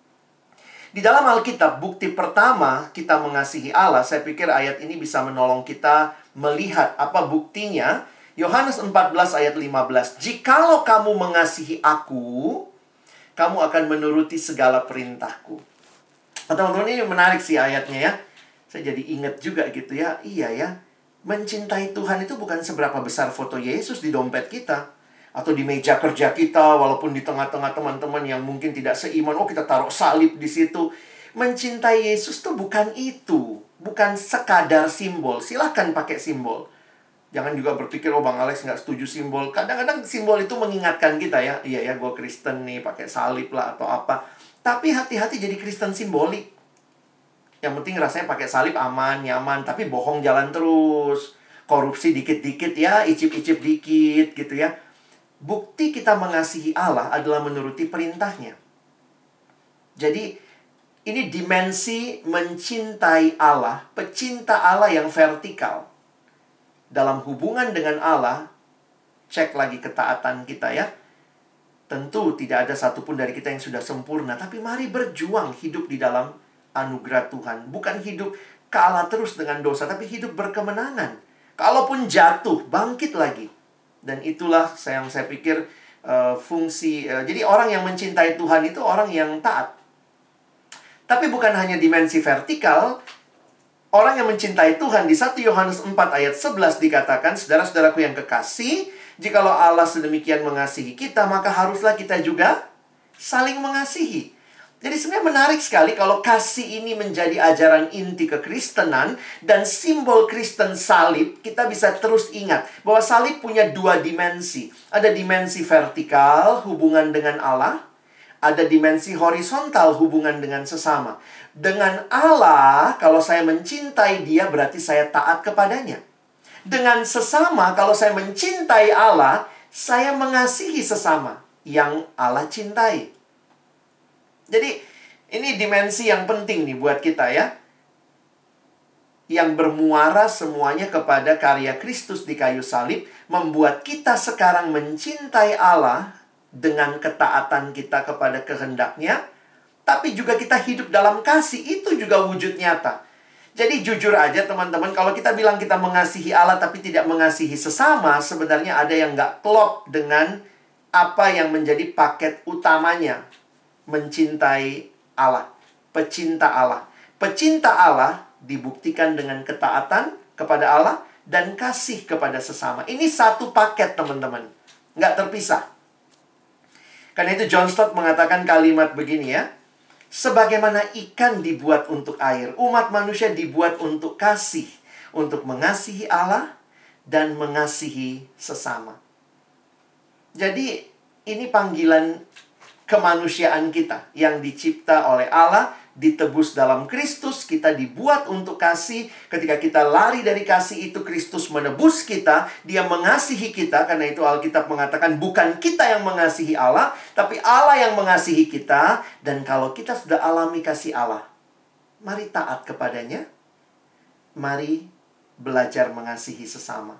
Di dalam Alkitab, bukti pertama kita mengasihi Allah, saya pikir ayat ini bisa menolong kita melihat apa buktinya. Yohanes empat belas ayat lima belas. Jikalau kamu mengasihi aku, kamu akan menuruti segala perintahku. Teman-teman, ini menarik sih ayatnya ya. Saya jadi ingat juga gitu ya. Iya ya. Mencintai Tuhan itu bukan seberapa besar foto Yesus di dompet kita. Atau di meja kerja kita, walaupun di tengah-tengah teman-teman yang mungkin tidak seiman. Oh, kita taruh salib di situ. Mencintai Yesus tuh bukan itu. Bukan sekadar simbol. Silahkan pakai simbol. Jangan juga berpikir, oh Bang Alex nggak setuju simbol. Kadang-kadang simbol itu mengingatkan kita ya. Iya ya, gue Kristen nih, pakai salib lah atau apa. Tapi hati-hati jadi Kristen simbolik. Yang penting rasanya pakai salib aman, nyaman. Tapi bohong jalan terus. Korupsi dikit-dikit ya, icip-icip dikit gitu ya. Bukti kita mengasihi Allah adalah menuruti perintahnya. Jadi ini dimensi mencintai Allah. Pecinta Allah yang vertikal. dalam hubungan dengan Allah, cek lagi ketaatan kita ya. Tentu tidak ada satupun dari kita yang sudah sempurna, tapi mari berjuang hidup di dalam anugerah Tuhan. Bukan hidup kalah terus dengan dosa, tapi hidup berkemenangan. Kalaupun jatuh, bangkit lagi. Dan itulah yang saya pikir uh, fungsi. Uh, jadi orang yang mencintai Tuhan itu orang yang taat. Tapi bukan hanya dimensi vertikal. Orang yang mencintai Tuhan di satu Yohanes empat ayat sebelas dikatakan, saudara-saudaraku yang kekasih, jikalau Allah sedemikian mengasihi kita, maka haruslah kita juga saling mengasihi. Jadi sebenarnya menarik sekali kalau kasih ini menjadi ajaran inti kekristenan dan simbol Kristen salib, kita bisa terus ingat bahwa salib punya dua dimensi. Ada dimensi vertikal, hubungan dengan Allah. Ada dimensi horizontal, hubungan dengan sesama. Dengan Allah, kalau saya mencintai dia, berarti saya taat kepadanya. Dengan sesama, kalau saya mencintai Allah, saya mengasihi sesama yang Allah cintai. Jadi, ini dimensi yang penting nih buat kita ya. Yang bermuara semuanya kepada karya Kristus di kayu salib, membuat kita sekarang mencintai Allah dengan ketaatan kita kepada kehendaknya, tapi juga kita hidup dalam kasih, itu juga wujud nyata. Jadi jujur aja teman-teman, kalau kita bilang kita mengasihi Allah tapi tidak mengasihi sesama, sebenarnya ada yang nggak klop dengan apa yang menjadi paket utamanya. Mencintai Allah, pecinta Allah. Pecinta Allah dibuktikan dengan ketaatan kepada Allah dan kasih kepada sesama. Ini satu paket teman-teman, nggak terpisah. Karena itu John Stott mengatakan kalimat begini ya. Sebagaimana ikan dibuat untuk air, umat manusia dibuat untuk kasih. Untuk mengasihi Allah dan mengasihi sesama. Jadi ini panggilan kemanusiaan kita yang dicipta oleh Allah, ditebus dalam Kristus, kita dibuat untuk kasih. Ketika kita lari dari kasih itu, Kristus menebus kita, dia mengasihi kita. Karena itu Alkitab mengatakan bukan kita yang mengasihi Allah, tapi Allah yang mengasihi kita. Dan kalau kita sudah alami kasih Allah, mari taat kepadanya. Mari belajar mengasihi sesama.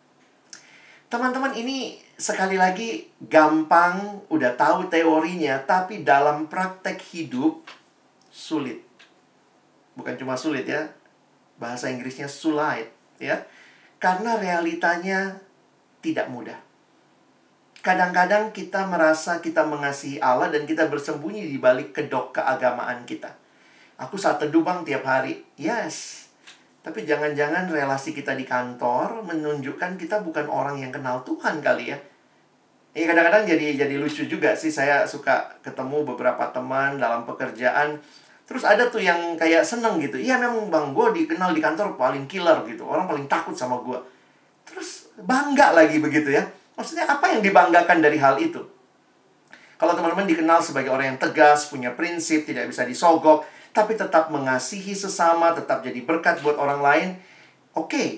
Teman-teman, ini sekali lagi gampang, udah tahu teorinya, tapi dalam praktek hidup sulit. Bukan cuma sulit ya, bahasa Inggrisnya sulit ya. Karena realitanya tidak mudah. Kadang-kadang kita merasa kita mengasihi Allah dan kita bersembunyi di balik kedok keagamaan kita. Aku saat teduh bang tiap hari. Yes. Tapi jangan-jangan relasi kita di kantor menunjukkan kita bukan orang yang kenal Tuhan kali ya. Ya kadang-kadang jadi jadi lucu juga sih. Saya suka ketemu beberapa teman dalam pekerjaan. Terus ada tuh yang kayak seneng gitu. Iya memang bang, gue dikenal di kantor paling killer gitu. Orang paling takut sama gue. Terus bangga lagi begitu ya. Maksudnya apa yang dibanggakan dari hal itu? Kalau teman-teman dikenal sebagai orang yang tegas, punya prinsip, tidak bisa disogok, tapi tetap mengasihi sesama, tetap jadi berkat buat orang lain. Oke. Okay.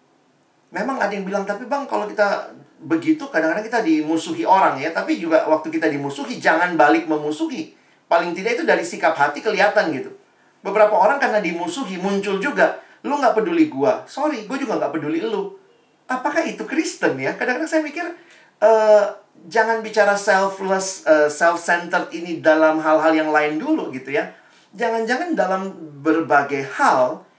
Memang ada yang bilang, tapi bang kalau kita begitu kadang-kadang kita dimusuhi orang ya. Tapi juga waktu kita dimusuhi, jangan balik memusuhi. Paling tidak itu dari sikap hati kelihatan gitu. Beberapa orang karena dimusuhi muncul juga. Lu gak peduli gua. Sorry, gua juga gak peduli lu. Apakah itu Kristen ya? Kadang-kadang saya mikir, uh, jangan bicara selfless, uh, self-centered ini dalam hal-hal yang lain dulu gitu ya. Jangan-jangan dalam berbagai hal,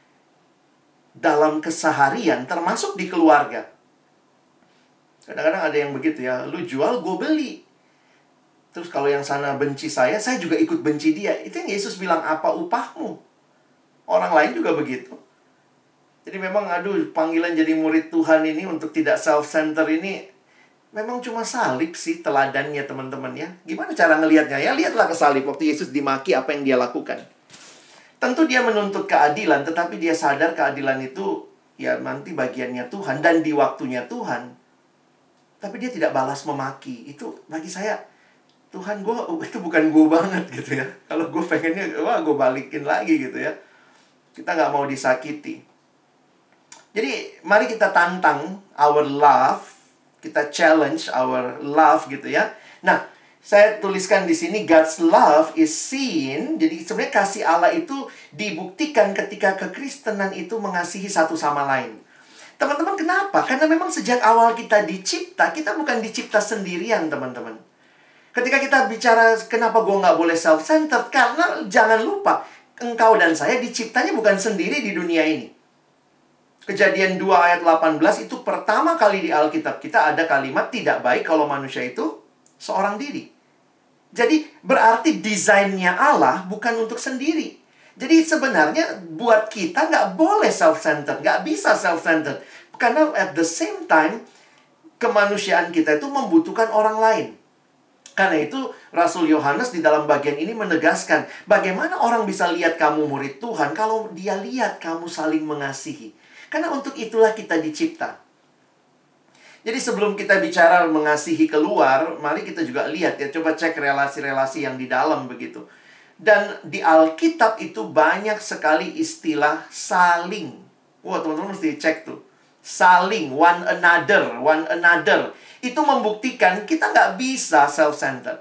dalam keseharian, termasuk di keluarga. Kadang-kadang ada yang begitu ya. Lu jual, gua beli. Terus kalau yang sana benci saya, saya juga ikut benci dia. Itu yang Yesus bilang, apa upahmu? Orang lain juga begitu. Jadi memang aduh, panggilan jadi murid Tuhan ini untuk tidak self-center ini memang cuma salib sih teladannya teman-teman ya. Gimana cara ngelihatnya? Ya lihatlah ke salib waktu Yesus dimaki apa yang dia lakukan. Tentu dia menuntut keadilan, tetapi dia sadar keadilan itu ya nanti bagiannya Tuhan dan di waktunya Tuhan. Tapi dia tidak balas memaki. Itu bagi saya, Tuhan, gue itu bukan gue banget gitu ya. Kalau gue pengennya, wah gue balikin lagi gitu ya. Kita nggak mau disakiti. Jadi mari kita tantang our love, kita challenge our love gitu ya. Nah, saya tuliskan di sini God's love is seen. Jadi sebenarnya kasih Allah itu dibuktikan ketika kekristenan itu mengasihi satu sama lain. Teman-teman, kenapa? Karena memang sejak awal kita dicipta, kita bukan dicipta sendirian, teman-teman. Ketika kita bicara kenapa gue nggak boleh self-centered, karena jangan lupa, engkau dan saya diciptanya bukan sendiri di dunia ini. Kejadian dua ayat delapan belas itu pertama kali di Alkitab kita ada kalimat tidak baik kalau manusia itu seorang diri. Jadi berarti desainnya Allah bukan untuk sendiri. Jadi sebenarnya buat kita nggak boleh self-centered, nggak bisa self-centered. Karena at the same time, kemanusiaan kita itu membutuhkan orang lain. Karena itu Rasul Yohanes di dalam bagian ini menegaskan, bagaimana orang bisa lihat kamu murid Tuhan kalau dia lihat kamu saling mengasihi. Karena untuk itulah kita dicipta. Jadi sebelum kita bicara mengasihi keluar, mari kita juga lihat ya, coba cek relasi-relasi yang di dalam begitu. Dan di Alkitab itu banyak sekali istilah saling. Wah, teman-teman mesti cek tuh. Saling, one another, one another. Itu membuktikan kita nggak bisa self-centered.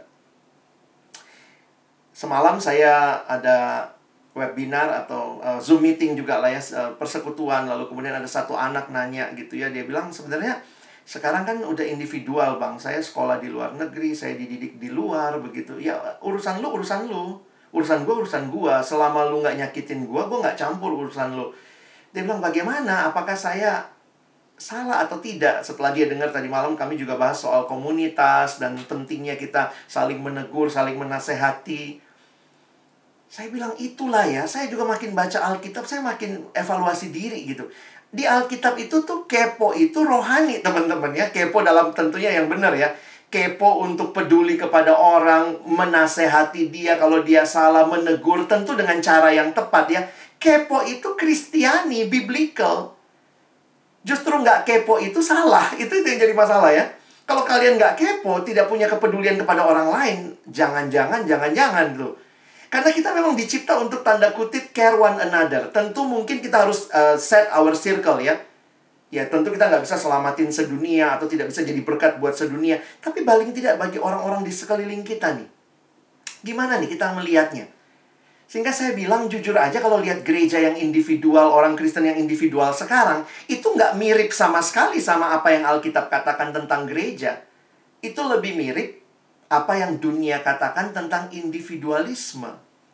Semalam saya ada webinar atau uh, Zoom meeting juga lah ya, uh, persekutuan. Lalu kemudian ada satu anak nanya gitu ya. Dia bilang sebenarnya sekarang kan udah individual bang. Saya sekolah di luar negeri, saya dididik di luar begitu. Ya urusan lu, urusan lu. Urusan gue, urusan gue. Selama lu gak nyakitin gue, gue gak campur urusan lu. Dia bilang, bagaimana? Apakah saya salah atau tidak? Setelah dia dengar tadi malam, kami juga bahas soal komunitas dan pentingnya kita saling menegur, saling menasehati. Saya bilang, itulah ya. Saya juga makin baca Alkitab, saya makin evaluasi diri gitu. Di Alkitab itu tuh kepo itu rohani, teman-teman ya. Kepo dalam tentunya yang benar ya. Kepo untuk peduli kepada orang, menasehati dia kalau dia salah, menegur, tentu dengan cara yang tepat ya. Kepo itu Kristiani, biblical. Justru nggak kepo itu salah, itu itu yang jadi masalah ya. Kalau kalian nggak kepo, tidak punya kepedulian kepada orang lain, jangan-jangan, jangan-jangan tuh. Karena kita memang dicipta untuk tanda kutip care one another. Tentu mungkin kita harus uh, set our circle ya. Ya tentu kita nggak bisa selamatin sedunia atau tidak bisa jadi berkat buat sedunia. Tapi paling tidak bagi orang-orang di sekeliling kita nih. Gimana nih kita melihatnya? Sehingga saya bilang jujur aja kalau lihat gereja yang individual, orang Kristen yang individual sekarang, itu nggak mirip sama sekali sama apa yang Alkitab katakan tentang gereja. Itu lebih mirip apa yang dunia katakan tentang individualisme.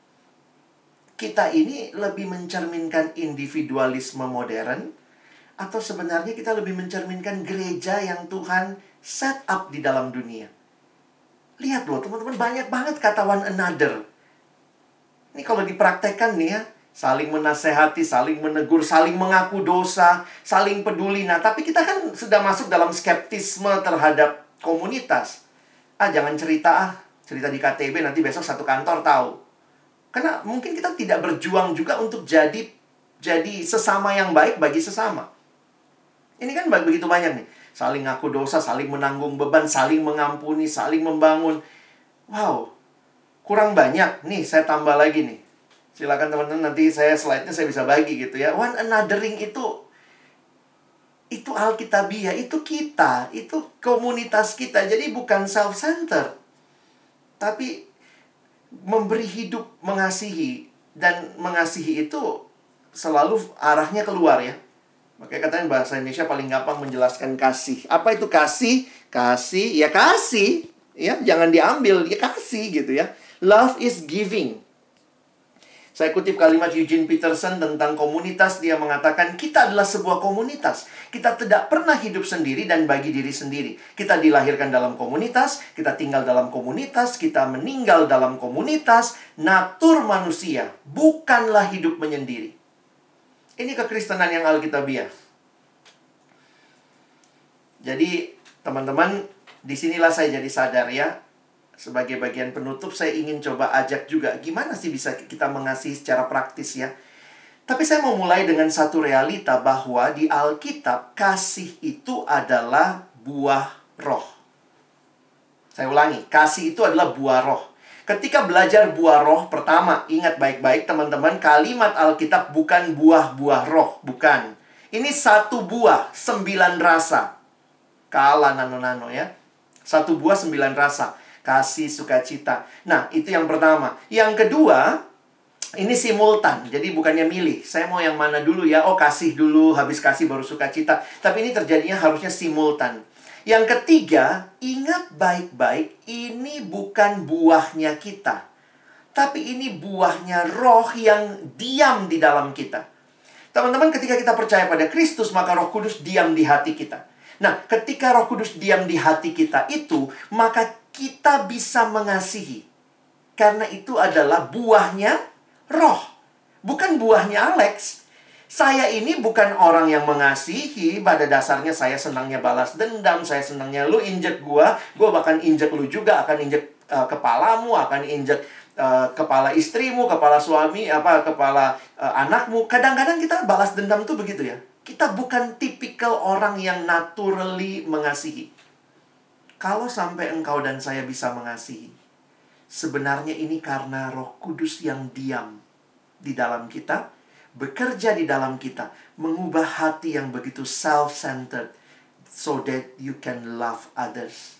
Kita ini lebih mencerminkan individualisme modern, atau sebenarnya kita lebih mencerminkan gereja yang Tuhan set up di dalam dunia. Lihat loh teman-teman, banyak banget kata one another. Ini kalau dipraktekkan nih ya, saling menasehati, saling menegur, saling mengaku dosa, saling peduli. Nah, tapi kita kan sudah masuk dalam skeptisme terhadap komunitas. Ah, jangan cerita ah, cerita di K T B nanti besok satu kantor tahu. Karena mungkin kita tidak berjuang juga untuk jadi jadi sesama yang baik bagi sesama. Ini kan begitu banyak nih. Saling ngaku dosa, saling menanggung beban, saling mengampuni, saling membangun. Wow, kurang banyak. Nih, saya tambah lagi nih. Silakan teman-teman, nanti saya slide-nya saya bisa bagi gitu ya. One anothering itu, itu Alkitabiah, itu kita, itu komunitas kita. Jadi bukan self-centered. Tapi memberi hidup, mengasihi. Dan mengasihi itu selalu arahnya keluar ya. Makanya katanya bahasa Indonesia paling gampang menjelaskan kasih. Apa itu kasih? Kasih, ya kasih. Ya, jangan diambil, ya kasih gitu ya. Love is giving. Saya kutip kalimat Eugene Peterson tentang komunitas. Dia mengatakan, kita adalah sebuah komunitas. Kita tidak pernah hidup sendiri dan bagi diri sendiri. Kita dilahirkan dalam komunitas, kita tinggal dalam komunitas, kita meninggal dalam komunitas. Natur manusia bukanlah hidup menyendiri. Ini kekristenan yang Alkitabiah. Jadi, teman-teman, disinilah saya jadi sadar ya. Sebagai bagian penutup, saya ingin coba ajak juga. Gimana sih bisa kita mengasihi secara praktis ya? Tapi saya mau mulai dengan satu realita bahwa di Alkitab, kasih itu adalah buah roh. Saya ulangi, kasih itu adalah buah roh. Ketika belajar buah roh pertama, ingat baik-baik teman-teman, kalimat Alkitab bukan buah-buah roh, bukan. Ini satu buah, sembilan rasa. Kala nano-nano ya. Satu buah, sembilan rasa. Kasih, sukacita. Nah, itu yang pertama. Yang kedua, Ini simultan, jadi bukannya milih. Saya mau yang mana dulu ya? Oh, kasih dulu, habis kasih baru sukacita. Tapi ini terjadinya harusnya simultan. Yang ketiga, ingat baik-baik, ini bukan buahnya kita. Tapi ini buahnya roh yang diam di dalam kita. Teman-teman, ketika kita percaya pada Kristus, maka Roh Kudus diam di hati kita. Nah, ketika Roh Kudus diam di hati kita itu, maka kita bisa mengasihi. Karena itu adalah buahnya roh, bukan buahnya Alex. Saya ini bukan orang yang mengasihi. Pada dasarnya saya senangnya balas dendam. Saya senangnya lu injek gua, gua bahkan injek lu juga. Akan injek uh, kepalamu, akan injek uh, kepala istrimu, kepala suami, apa kepala uh, anakmu. Kadang-kadang kita balas dendam tuh begitu ya. Kita bukan tipikal orang yang naturally mengasihi. Kalau sampai engkau dan saya bisa mengasihi, sebenarnya ini karena Roh Kudus yang diam di dalam kita, bekerja di dalam kita, mengubah hati yang begitu self-centered, so that you can love others.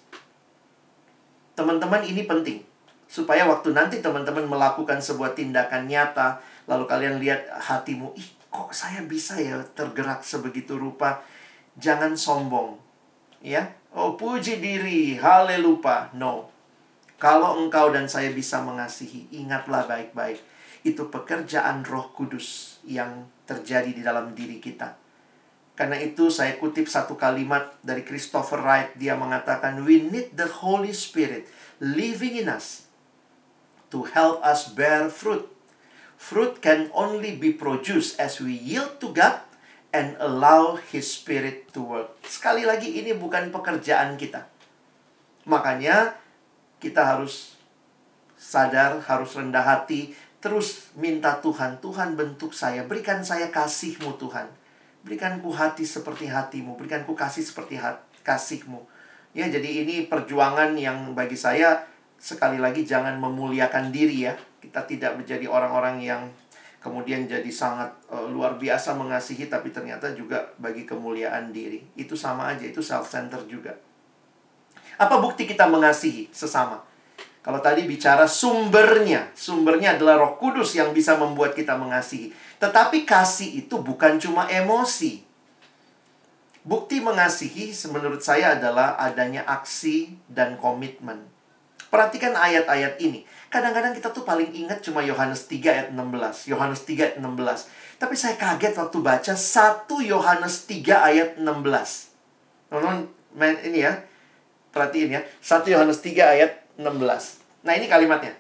Teman-teman, ini penting. Supaya waktu nanti teman-teman melakukan sebuah tindakan nyata, lalu kalian lihat hatimu, ih kok saya bisa ya tergerak sebegitu rupa. Jangan sombong. Ya, oh puji diri, haleluya. No. Kalau engkau dan saya bisa mengasihi, ingatlah baik-baik. Itu pekerjaan Roh Kudus yang terjadi di dalam diri kita. Karena itu saya kutip satu kalimat dari Christopher Wright. Dia mengatakan, we need the Holy Spirit living in us to help us bear fruit. Fruit can only be produced as we yield to God and allow His Spirit to work. Sekali lagi, ini bukan pekerjaan kita. Makanya kita harus sadar, harus rendah hati, terus minta Tuhan, Tuhan bentuk saya, berikan saya kasih-Mu Tuhan. Berikan ku hati seperti hati-Mu, berikan ku kasih seperti kasih-Mu. Ya, jadi ini perjuangan yang bagi saya, sekali lagi jangan memuliakan diri ya. Kita tidak menjadi orang-orang yang kemudian jadi sangat uh, luar biasa mengasihi, tapi ternyata juga bagi kemuliaan diri. Itu sama aja, itu self-centered juga. Apa bukti kita mengasihi sesama? Kalau tadi bicara sumbernya, sumbernya adalah Roh Kudus yang bisa membuat kita mengasihi. Tetapi kasih itu bukan cuma emosi. Bukti mengasihi menurut saya adalah adanya aksi dan komitmen. Perhatikan ayat-ayat ini. Kadang-kadang kita tuh paling ingat cuma Yohanes tiga ayat enam belas. Yohanes tiga ayat enam belas. Tapi saya kaget waktu baca satu Yohanes tiga ayat enam belas. Teman-teman, main ini ya. Perhatiin ya, satu Yohanes tiga ayat enam belas. Nah, ini kalimatnya.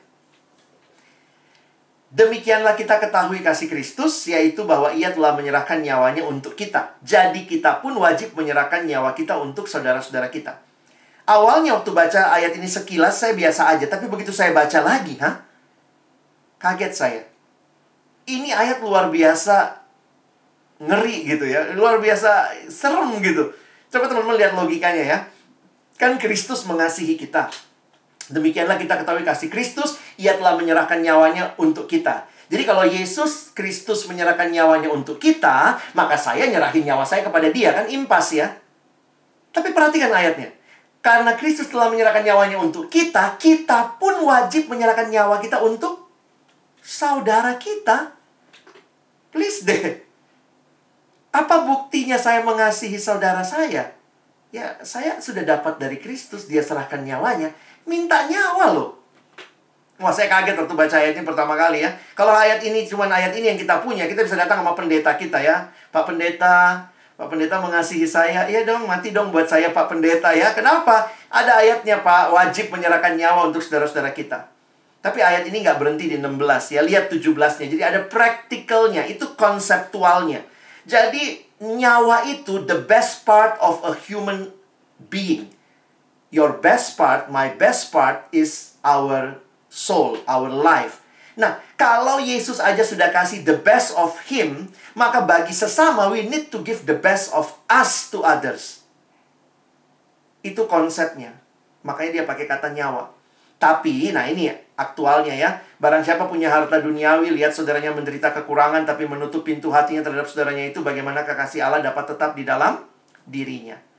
Demikianlah kita ketahui kasih Kristus, yaitu bahwa Ia telah menyerahkan nyawanya untuk kita. Jadi kita pun wajib menyerahkan nyawa kita untuk saudara-saudara kita. Awalnya waktu baca ayat ini sekilas saya biasa aja, tapi begitu saya baca lagi, hah? Kaget saya. Ini ayat luar biasa ngeri gitu ya, luar biasa serem gitu. Coba teman-teman lihat logikanya ya. Kan Kristus mengasihi kita. Demikianlah kita ketahui kasih Kristus, Ia telah menyerahkan nyawanya untuk kita. Jadi kalau Yesus Kristus menyerahkan nyawanya untuk kita, maka saya nyerahin nyawa saya kepada Dia, kan impas ya. Tapi perhatikan ayatnya. Karena Kristus telah menyerahkan nyawanya untuk kita, kita pun wajib menyerahkan nyawa kita untuk saudara kita. Please deh. Apa buktinya saya mengasihi saudara saya? Ya, saya sudah dapat dari Kristus, Dia serahkan nyawanya. Minta nyawa loh. Wah, saya kaget waktu baca ayat ini pertama kali ya. Kalau ayat ini, cuma ayat ini yang kita punya, kita bisa datang sama pendeta kita ya. Pak pendeta, Pak pendeta mengasihi saya. Iya dong, mati dong buat saya Pak pendeta ya. Kenapa? Ada ayatnya Pak, wajib menyerahkan nyawa untuk saudara-saudara kita. Tapi ayat ini nggak berhenti di enam belas ya. Lihat tujuh belasnya. Jadi ada practicalnya, itu konseptualnya. Jadi nyawa itu the best part of a human being. Your best part, my best part is our soul, our life. Nah, kalau Yesus aja sudah kasih the best of Him, maka bagi sesama we need to give the best of us to others. Itu konsepnya. Makanya dia pakai kata nyawa. Tapi, nah ini aktualnya ya. Barang siapa punya harta duniawi, lihat saudaranya menderita kekurangan, tapi menutup pintu hatinya terhadap saudaranya itu, bagaimana kekasih Allah dapat tetap di dalam dirinya.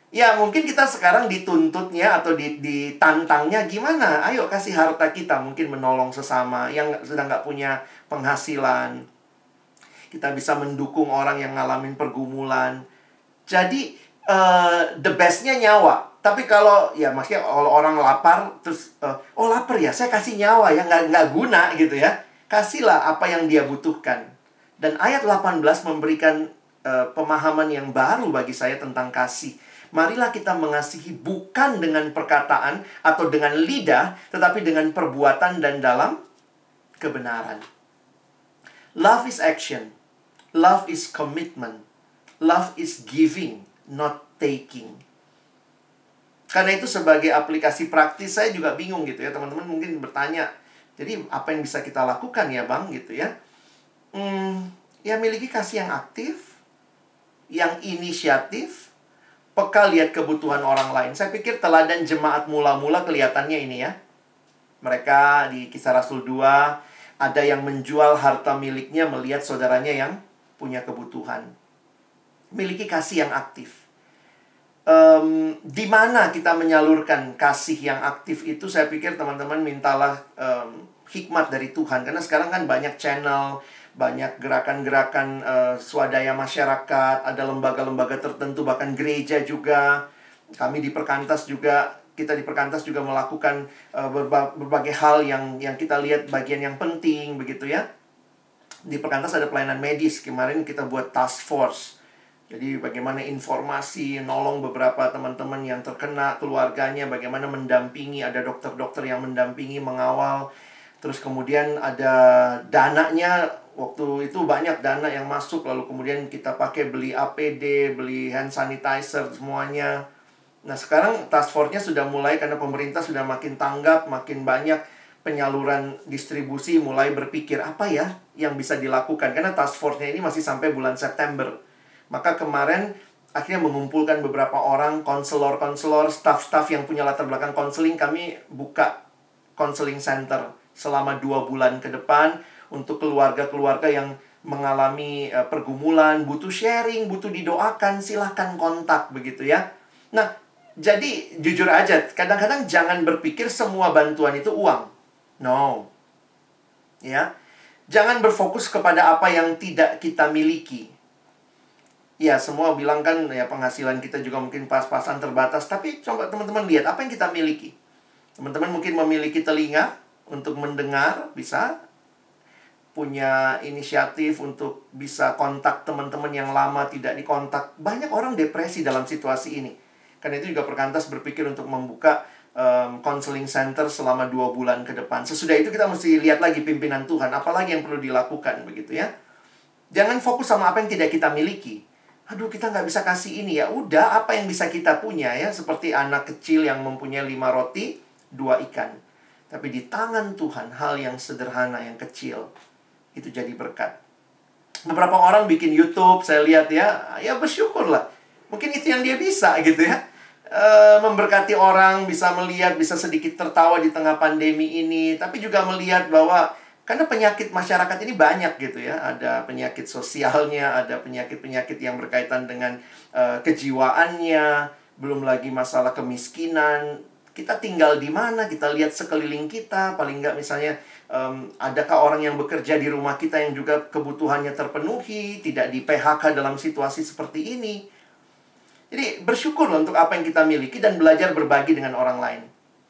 Ya, mungkin kita sekarang dituntutnya atau ditantangnya gimana? Ayo kasih harta kita, mungkin menolong sesama yang sedang nggak punya penghasilan. Kita bisa mendukung orang yang ngalamin pergumulan. Jadi, uh, the bestnya nyawa. Tapi kalau, ya maksudnya kalau orang lapar, terus, uh, oh lapar ya, saya kasih nyawa ya, nggak, nggak guna gitu ya. Kasihlah apa yang dia butuhkan. Dan ayat delapan belas memberikan uh, pemahaman yang baru bagi saya tentang kasih. Marilah kita mengasihi bukan dengan perkataan atau dengan lidah, tetapi dengan perbuatan dan dalam kebenaran. Love is action. Love is commitment. Love is giving, not taking. Karena itu sebagai aplikasi praktis, saya juga bingung gitu ya. Teman-teman mungkin bertanya, jadi apa yang bisa kita lakukan ya Bang gitu ya. Hmm, ya miliki kasih yang aktif, yang inisiatif, peka lihat kebutuhan orang lain. Saya pikir teladan jemaat mula-mula kelihatannya ini ya. Mereka di Kisah Rasul dua, ada yang menjual harta miliknya melihat saudaranya yang punya kebutuhan. Miliki kasih yang aktif. Um, di mana kita menyalurkan kasih yang aktif itu, saya pikir teman-teman mintalah um, hikmat dari Tuhan. Karena sekarang kan banyak channel, banyak gerakan-gerakan uh, swadaya masyarakat, ada lembaga-lembaga tertentu, bahkan gereja juga. Kami di Perkantas juga, kita di Perkantas juga melakukan uh, berba berbagai hal yang yang kita lihat bagian yang penting begitu ya. Di Perkantas ada pelayanan medis, kemarin kita buat task force. Jadi bagaimana informasi, nolong beberapa teman-teman yang terkena, keluarganya, bagaimana mendampingi, ada dokter-dokter yang mendampingi, mengawal. Terus kemudian ada dananya. Waktu itu banyak dana yang masuk, lalu kemudian kita pakai beli A P D, beli hand sanitizer, semuanya. Nah sekarang task force-nya sudah mulai, karena pemerintah sudah makin tanggap, makin banyak penyaluran distribusi, mulai berpikir apa ya yang bisa dilakukan. Karena task force-nya ini masih sampai bulan September. Maka kemarin akhirnya mengumpulkan beberapa orang, konselor-konselor, staff-staff yang punya latar belakang konseling. Kami buka counseling center selama dua bulan ke depan, untuk keluarga-keluarga yang mengalami uh, pergumulan, butuh sharing, butuh didoakan, silahkan kontak begitu ya. Nah, jadi jujur aja, kadang-kadang jangan berpikir semua bantuan itu uang. No. Ya. Jangan berfokus kepada apa yang tidak kita miliki. Ya, semua bilang kan ya penghasilan kita juga mungkin pas-pasan terbatas, tapi coba teman-teman lihat apa yang kita miliki. Teman-teman mungkin memiliki telinga untuk mendengar, bisa punya inisiatif untuk bisa kontak teman-teman yang lama tidak dikontak. Banyak orang depresi dalam situasi ini. Karena itu juga Perkantas berpikir untuk membuka um, counseling center selama dua bulan ke depan. Sesudah itu kita mesti lihat lagi pimpinan Tuhan, apalagi yang perlu dilakukan begitu ya. Jangan fokus sama apa yang tidak kita miliki. Aduh, kita nggak bisa kasih ini ya. Udah, apa yang bisa kita punya ya. Seperti anak kecil yang mempunyai lima roti, dua ikan. Tapi di tangan Tuhan, hal yang sederhana, yang kecil, itu jadi berkat. Beberapa orang bikin YouTube, saya lihat ya, ya bersyukurlah. Mungkin itu yang dia bisa gitu ya. E, memberkati orang, bisa melihat, bisa sedikit tertawa di tengah pandemi ini. Tapi juga melihat bahwa, karena penyakit masyarakat ini banyak gitu ya. Ada penyakit sosialnya, ada penyakit-penyakit yang berkaitan dengan e, kejiwaannya. Belum lagi masalah kemiskinan. Kita tinggal di mana, kita lihat sekeliling kita. Paling nggak misalnya, Um, adakah orang yang bekerja di rumah kita yang juga kebutuhannya terpenuhi, tidak di P H K dalam situasi seperti ini. Jadi bersyukur loh untuk apa yang kita miliki dan belajar berbagi dengan orang lain.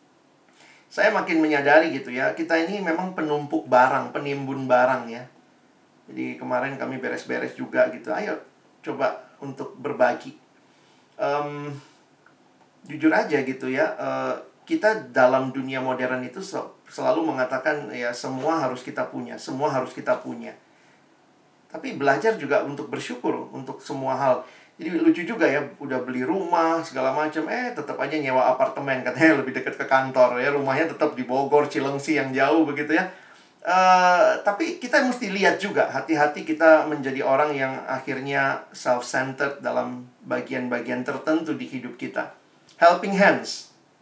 Saya makin menyadari gitu ya, kita ini memang penumpuk barang, penimbun barang ya. Jadi kemarin kami beres-beres juga gitu. Ayo coba untuk berbagi. um, Jujur aja gitu ya, uh, kita dalam dunia modern itu selalu mengatakan ya semua harus kita punya, semua harus kita punya. Tapi belajar juga untuk bersyukur untuk semua hal. Jadi lucu juga ya, udah beli rumah segala macam, eh tetap aja nyewa apartemen, katanya lebih dekat ke kantor ya, rumahnya tetap di Bogor, Cilengsi yang jauh begitu ya. Uh, tapi kita mesti lihat juga, hati-hati kita menjadi orang yang akhirnya self-centered dalam bagian-bagian tertentu di hidup kita. Helping hands.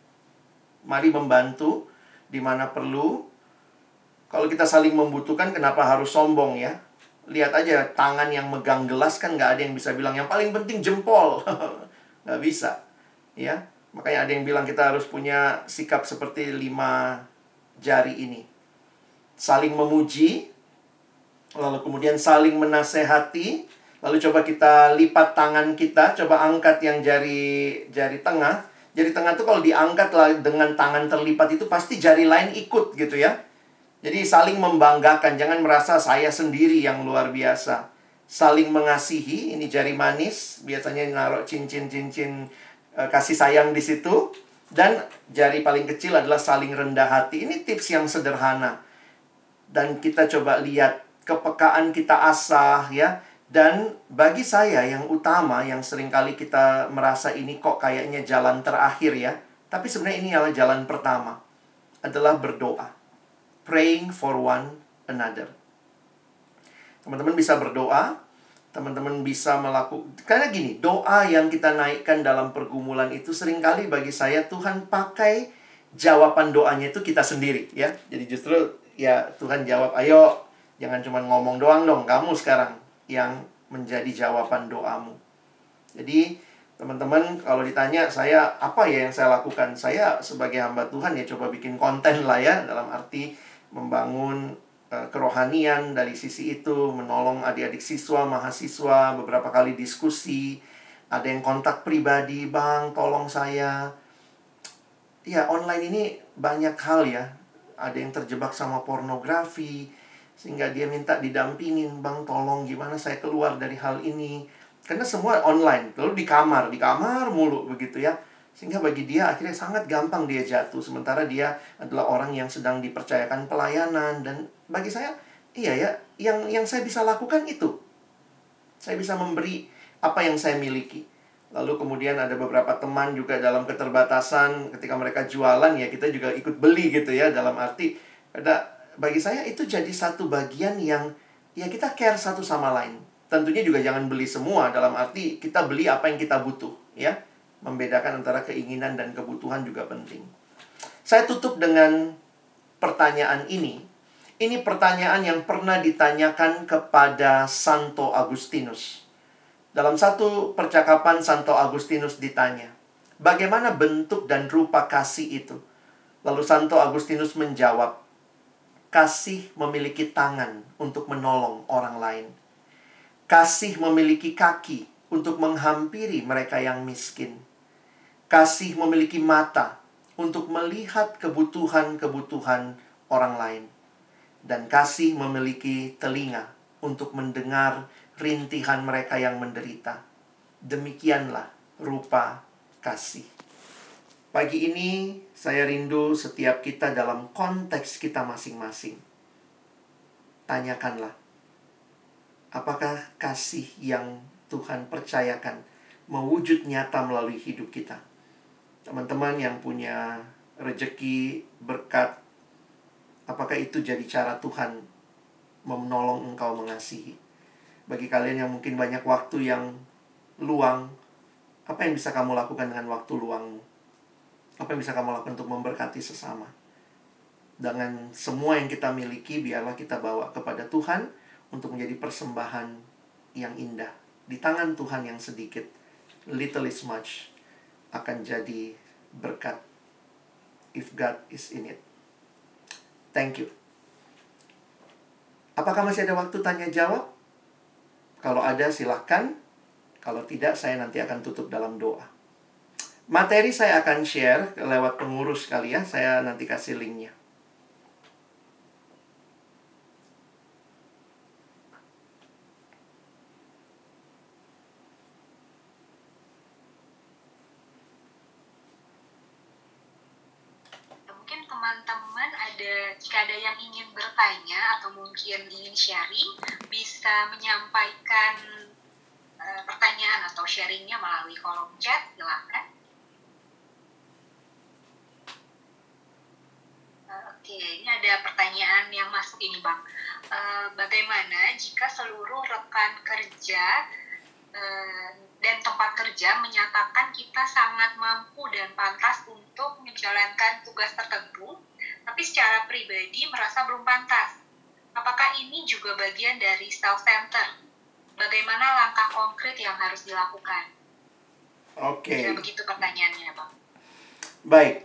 Mari membantu di mana perlu. Kalau kita saling membutuhkan, kenapa harus sombong ya? Lihat aja, tangan yang megang gelas kan nggak ada yang bisa bilang yang paling penting jempol. Nggak bisa. Ya, makanya ada yang bilang kita harus punya sikap seperti lima jari ini. Saling memuji, lalu kemudian saling menasehati, lalu coba kita lipat tangan kita, coba angkat yang jari jari tengah. Jari tengah itu kalau diangkat lah dengan tangan terlipat itu pasti jari lain ikut gitu ya. Jadi saling membanggakan, jangan merasa saya sendiri yang luar biasa. Saling mengasihi, ini jari manis, biasanya naruh cincin-cincin e, kasih sayang di situ. Dan jari paling kecil adalah saling rendah hati. Ini tips yang sederhana. Dan kita coba lihat kepekaan kita asah ya. Dan bagi saya yang utama, yang seringkali kita merasa ini kok kayaknya jalan terakhir ya. Tapi sebenarnya ini adalah jalan pertama. Adalah berdoa. Praying for one another. Teman-teman bisa berdoa. Teman-teman bisa melakukan. Karena gini, doa yang kita naikkan dalam pergumulan itu seringkali bagi saya Tuhan pakai jawaban doanya itu kita sendiri ya. Jadi justru ya Tuhan jawab, ayo jangan cuma ngomong doang dong, kamu sekarang yang menjadi jawaban doamu. Jadi teman-teman kalau ditanya saya apa ya yang saya lakukan, saya sebagai hamba Tuhan ya coba bikin konten lah ya, dalam arti membangun uh, kerohanian dari sisi itu, menolong adik-adik siswa, mahasiswa, beberapa kali diskusi, ada yang kontak pribadi, bang tolong saya. Ya online ini banyak hal ya, ada yang terjebak sama pornografi, sehingga dia minta didampingin, bang tolong gimana saya keluar dari hal ini. Karena semua online, lalu di kamar, di kamar mulu begitu ya. Sehingga bagi dia akhirnya sangat gampang dia jatuh. Sementara dia adalah orang yang sedang dipercayakan pelayanan. Dan bagi saya, iya ya, yang, yang saya bisa lakukan itu. Saya bisa memberi apa yang saya miliki. Lalu kemudian ada beberapa teman juga dalam keterbatasan, ketika mereka jualan ya kita juga ikut beli gitu ya. Dalam arti, ada bagi saya itu jadi satu bagian yang ya kita care satu sama lain. Tentunya juga jangan beli semua, dalam arti kita beli apa yang kita butuh ya. Membedakan antara keinginan dan kebutuhan juga penting. Saya tutup dengan pertanyaan ini. Ini pertanyaan yang pernah ditanyakan kepada Santo Agustinus. Dalam satu percakapan Santo Agustinus ditanya, bagaimana bentuk dan rupa kasih itu? Lalu Santo Agustinus menjawab, kasih memiliki tangan untuk menolong orang lain. Kasih memiliki kaki untuk menghampiri mereka yang miskin. Kasih memiliki mata untuk melihat kebutuhan-kebutuhan orang lain. Dan kasih memiliki telinga untuk mendengar rintihan mereka yang menderita. Demikianlah rupa kasih. Pagi ini saya rindu setiap kita dalam konteks kita masing-masing. Tanyakanlah, apakah kasih yang Tuhan percayakan mewujud nyata melalui hidup kita? Teman-teman yang punya rejeki, berkat, apakah itu jadi cara Tuhan menolong engkau mengasihi? Bagi kalian yang mungkin banyak waktu yang luang, apa yang bisa kamu lakukan dengan waktu luangmu? Apa yang bisa kamu lakukan untuk memberkati sesama? Dengan semua yang kita miliki, biarlah kita bawa kepada Tuhan untuk menjadi persembahan yang indah. Di tangan Tuhan yang sedikit, little is much, akan jadi berkat if God is in it. Thank you. Apakah masih ada waktu tanya jawab? Kalau ada silakan. Kalau tidak, saya nanti akan tutup dalam doa. Materi saya akan share lewat pengurus kali ya. Saya nanti kasih linknya. Mungkin teman-teman ada, jika ada yang ingin bertanya atau mungkin ingin sharing, bisa menyampaikan uh, pertanyaan atau sharingnya melalui kolom chat. Silakan. Oke, ini ada pertanyaan yang masuk ini, Bang. Uh, bagaimana jika seluruh rekan kerja uh, dan tempat kerja menyatakan kita sangat mampu dan pantas untuk menjalankan tugas tertentu, tapi secara pribadi merasa belum pantas? Apakah ini juga bagian dari self-center? Bagaimana langkah konkret yang harus dilakukan? Oke. Ya, begitu pertanyaannya, Bang. Baik.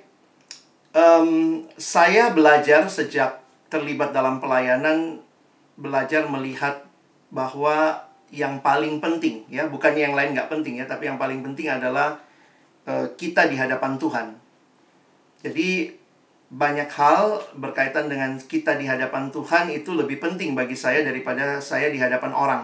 Um, saya belajar sejak terlibat dalam pelayanan, belajar melihat bahwa yang paling penting, ya, bukan yang lain nggak penting ya, tapi yang paling penting adalah uh, kita di hadapan Tuhan. Jadi banyak hal berkaitan dengan kita di hadapan Tuhan itu lebih penting bagi saya daripada saya di hadapan orang.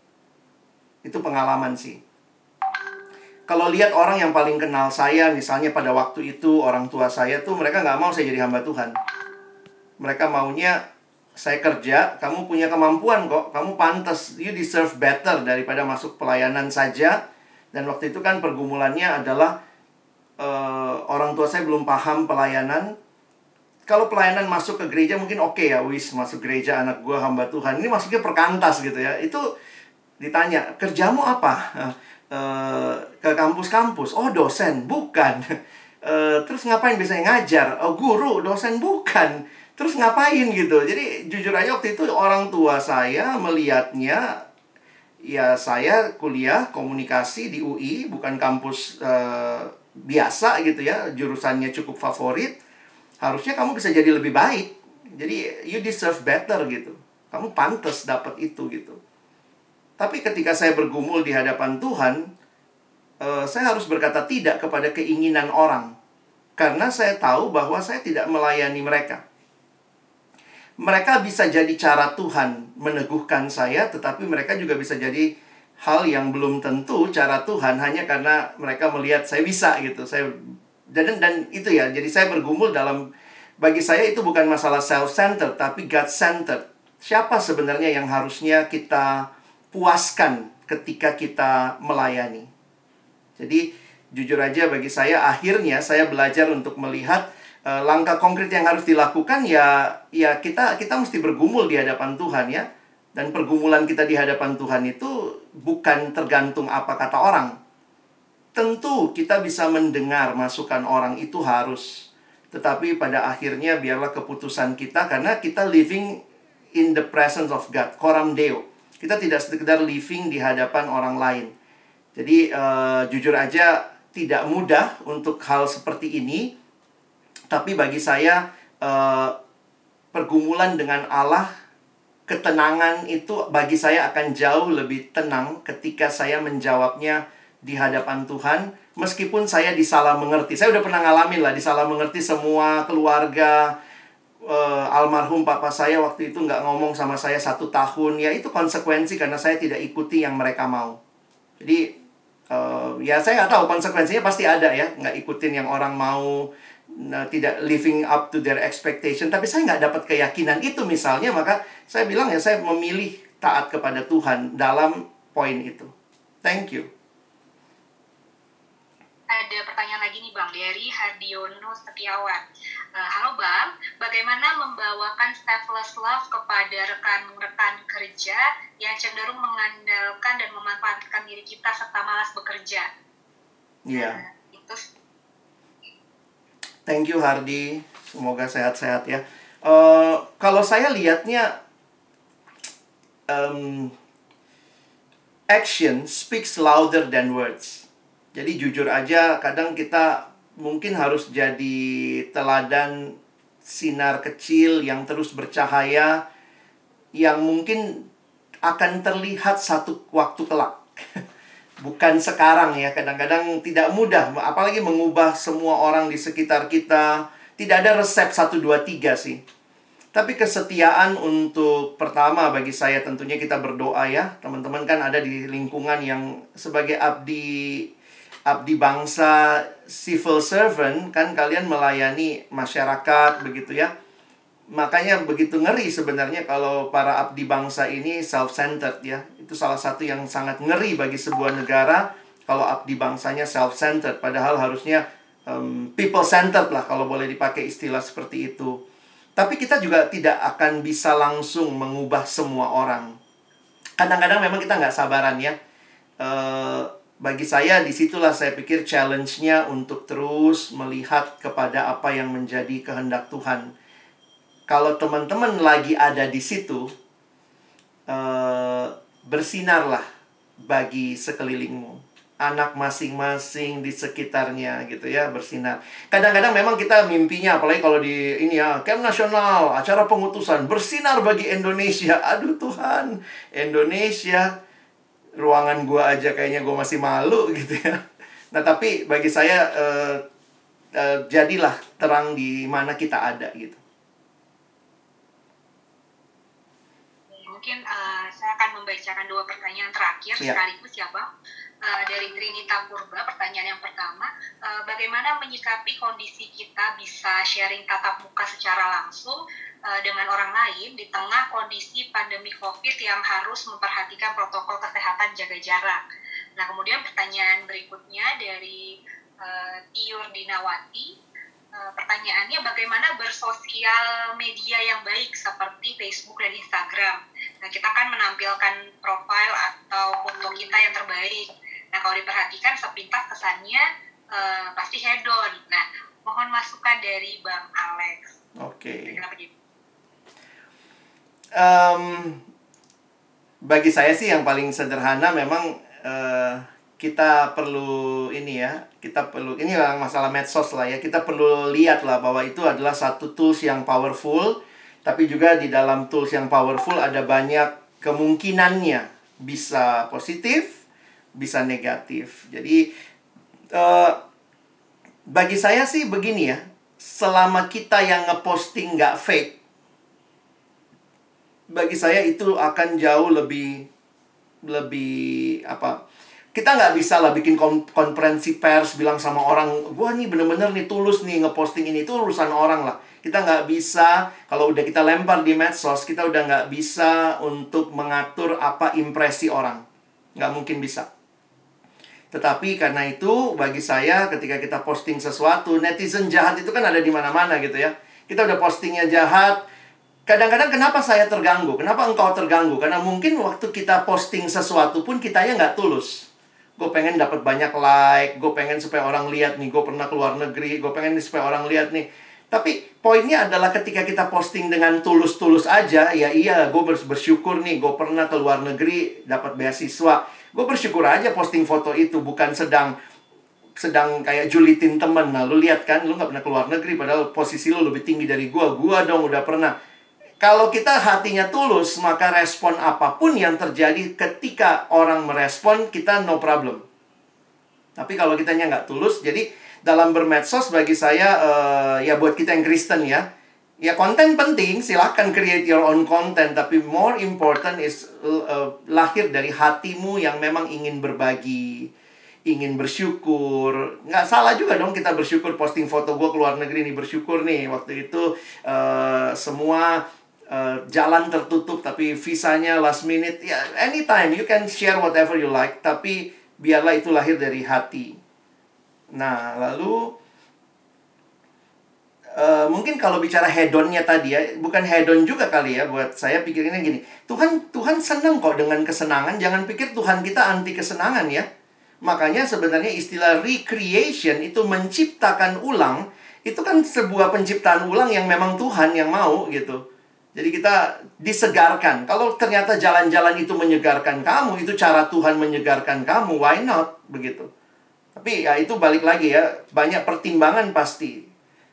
Itu pengalaman sih. Kalau lihat orang yang paling kenal saya, misalnya pada waktu itu orang tua saya tuh, mereka nggak mau saya jadi hamba Tuhan. Mereka maunya saya kerja, kamu punya kemampuan kok, kamu pantas, you deserve better daripada masuk pelayanan saja. Dan waktu itu kan pergumulannya adalah uh, orang tua saya belum paham pelayanan. Kalau pelayanan masuk ke gereja mungkin oke okay ya, wis masuk gereja anak gua hamba Tuhan. Ini masuknya perkantas gitu ya. Itu ditanya, kerjamu apa? Uh, ke kampus-kampus. Oh, dosen. Bukan. Uh, terus ngapain biasanya ngajar? Oh, guru. Dosen. Bukan. Terus ngapain gitu. Jadi jujur aja waktu itu orang tua saya melihatnya, ya saya kuliah komunikasi di U I, bukan kampus uh, biasa gitu ya, jurusannya cukup favorit. Harusnya kamu bisa jadi lebih baik. Jadi you deserve better gitu. Kamu pantas dapat itu gitu. Tapi ketika saya bergumul di hadapan Tuhan, uh, saya harus berkata tidak kepada keinginan orang. Karena saya tahu bahwa saya tidak melayani mereka. Mereka bisa jadi cara Tuhan meneguhkan saya, tetapi mereka juga bisa jadi hal yang belum tentu cara Tuhan, hanya karena mereka melihat saya bisa gitu. Saya dan, dan itu ya, jadi saya bergumul dalam, bagi saya itu bukan masalah self-centered, tapi God-centered. Siapa sebenarnya yang harusnya kita puaskan ketika kita melayani. Jadi jujur aja bagi saya, akhirnya saya belajar untuk melihat uh, langkah konkret yang harus dilakukan. Ya, ya kita kita mesti bergumul di hadapan Tuhan ya. Dan pergumulan kita di hadapan Tuhan itu bukan tergantung apa kata orang. Tentu kita bisa mendengar masukan orang, itu harus. Tetapi pada akhirnya biarlah keputusan kita, karena kita living in the presence of God, coram Deo. Kita tidak sekedar living di hadapan orang lain. Jadi uh, jujur aja tidak mudah untuk hal seperti ini. Tapi bagi saya uh, pergumulan dengan Allah, ketenangan itu bagi saya akan jauh lebih tenang ketika saya menjawabnya di hadapan Tuhan. Meskipun saya disalah mengerti. Saya udah pernah ngalamin lah disalah mengerti semua keluarga. Uh, almarhum papa saya waktu itu nggak ngomong sama saya satu tahun. Ya itu konsekuensi karena saya tidak ikuti yang mereka mau. Jadi uh, ya saya nggak tahu, konsekuensinya pasti ada ya. Nggak ikutin yang orang mau, nah, tidak living up to their expectation. Tapi saya nggak dapat keyakinan itu misalnya. Maka saya bilang ya saya memilih taat kepada Tuhan dalam poin itu. Thank you. Ada pertanyaan lagi nih Bang, dari Hardiono Setiawan. Uh, Halo Bang, bagaimana membawakan selfless love kepada rekan-rekan kerja yang cenderung mengandalkan dan memanfaatkan diri kita serta malas bekerja? Iya. Yeah. Uh, itu. Thank you Hardi, semoga sehat-sehat ya. Uh, kalau saya lihatnya, um, action speaks louder than words. Jadi jujur aja, kadang kita mungkin harus jadi teladan sinar kecil yang terus bercahaya, yang mungkin akan terlihat satu waktu kelak. Bukan sekarang ya, kadang-kadang tidak mudah. Apalagi mengubah semua orang di sekitar kita. Tidak ada resep satu, dua, tiga sih. Tapi kesetiaan untuk, pertama bagi saya tentunya kita berdoa ya. Teman-teman kan ada di lingkungan yang sebagai abdi abdi bangsa, civil servant, kan kalian melayani masyarakat begitu ya. Makanya begitu ngeri sebenarnya kalau para abdi bangsa ini self-centered ya. Itu salah satu yang sangat ngeri bagi sebuah negara kalau abdi bangsanya self-centered. Padahal harusnya um, people-centered lah kalau boleh dipakai istilah seperti itu. Tapi kita juga tidak akan bisa langsung mengubah semua orang. Kadang-kadang memang kita nggak sabaran ya. Uh, Bagi saya, disitulah saya pikir challenge-nya untuk terus melihat kepada apa yang menjadi kehendak Tuhan. Kalau teman-teman lagi ada di situ, uh, bersinarlah bagi sekelilingmu. anak masing-masing di sekitarnya gitu ya, bersinar. Kadang-kadang memang kita mimpinya, apalagi kalau di ini ya, Camp Nasional, acara pengutusan, bersinar bagi Indonesia. Aduh Tuhan, Indonesia, ruangan gua aja kayaknya gua masih malu gitu ya. Nah tapi bagi saya, uh, uh, jadilah terang di mana kita ada gitu. Mungkin uh, saya akan membacakan dua pertanyaan terakhir ya. sekaligus ya Bang. Uh, dari Trinita Purba, pertanyaan yang pertama, uh, bagaimana menyikapi kondisi kita bisa sharing tatap muka secara langsung uh, dengan orang lain di tengah kondisi pandemi COVID yang harus memperhatikan protokol kesehatan jaga jarak. Nah, kemudian pertanyaan berikutnya dari uh, Tiur Dinawati. Uh, pertanyaannya, bagaimana bersosial media yang baik seperti Facebook dan Instagram? Nah, kita kan menampilkan profil atau foto kita yang terbaik. Nah, kalau diperhatikan sepintas kesannya uh, pasti hedon. Nah, mohon masukan dari Bang Alex. Oke. Kenapa gitu? Um, bagi saya sih yang paling sederhana memang uh, kita perlu ini ya, kita perlu, ini yang masalah medsos lah ya, kita perlu lihat lah bahwa itu adalah satu tools yang powerful, tapi juga di dalam tools yang powerful ada banyak kemungkinannya, bisa positif, bisa negatif. Jadi uh, bagi saya sih begini ya, selama kita yang ngeposting nggak fake, bagi saya itu akan jauh lebih lebih apa? Kita nggak bisa lah bikin konferensi pers bilang sama orang, wah nih bener-bener nih tulus nih ngeposting ini, itu urusan orang lah. Kita nggak bisa, kalau udah kita lempar di medsos, kita udah nggak bisa untuk mengatur apa impresi orang. Nggak mungkin bisa. Tetapi karena itu, bagi saya ketika kita posting sesuatu, netizen jahat itu kan ada di mana-mana gitu ya. Kita udah postingnya jahat, kadang-kadang kenapa saya terganggu? Kenapa engkau terganggu? Karena mungkin waktu kita posting sesuatu pun kitanya nggak tulus. Gue pengen dapat banyak like, gue pengen supaya orang lihat nih, gue pernah keluar negeri, gue pengen nih supaya orang lihat nih. Tapi poinnya adalah ketika kita posting dengan tulus-tulus aja, ya iya, gue bersyukur nih, gue pernah keluar negeri, dapat beasiswa. Gue bersyukur aja posting foto itu, bukan sedang sedang kayak julitin temen. Nah, lu lihat kan, lu gak pernah keluar negeri, padahal posisi lu lebih tinggi dari gue. Gue dong udah pernah. Kalau kita hatinya tulus, maka respon apapun yang terjadi ketika orang merespon, kita no problem. Tapi kalau kitanya nggak tulus, jadi dalam bermedsos bagi saya, uh, ya buat kita yang Kristen ya, ya konten penting, silahkan create your own content. Tapi more important is uh, lahir dari hatimu yang memang ingin berbagi, ingin bersyukur. Nggak salah juga dong kita bersyukur, posting foto gue keluar negeri nih, bersyukur nih. Waktu itu uh, semua... Uh, jalan tertutup tapi visanya last minute. Ya, anytime you can share whatever you like, tapi biarlah itu lahir dari hati. Nah, lalu uh, mungkin kalau bicara hedonnya tadi ya, bukan hedon juga kali ya buat saya, pikirinnya gini. Tuhan Tuhan senang kok dengan kesenangan. Jangan pikir Tuhan kita anti kesenangan ya. Makanya sebenarnya istilah recreation itu menciptakan ulang, itu kan sebuah penciptaan ulang yang memang Tuhan yang mau gitu. Jadi kita disegarkan. Kalau ternyata jalan-jalan itu menyegarkan kamu, itu cara Tuhan menyegarkan kamu, why not? Begitu. Tapi ya itu balik lagi ya, banyak pertimbangan pasti.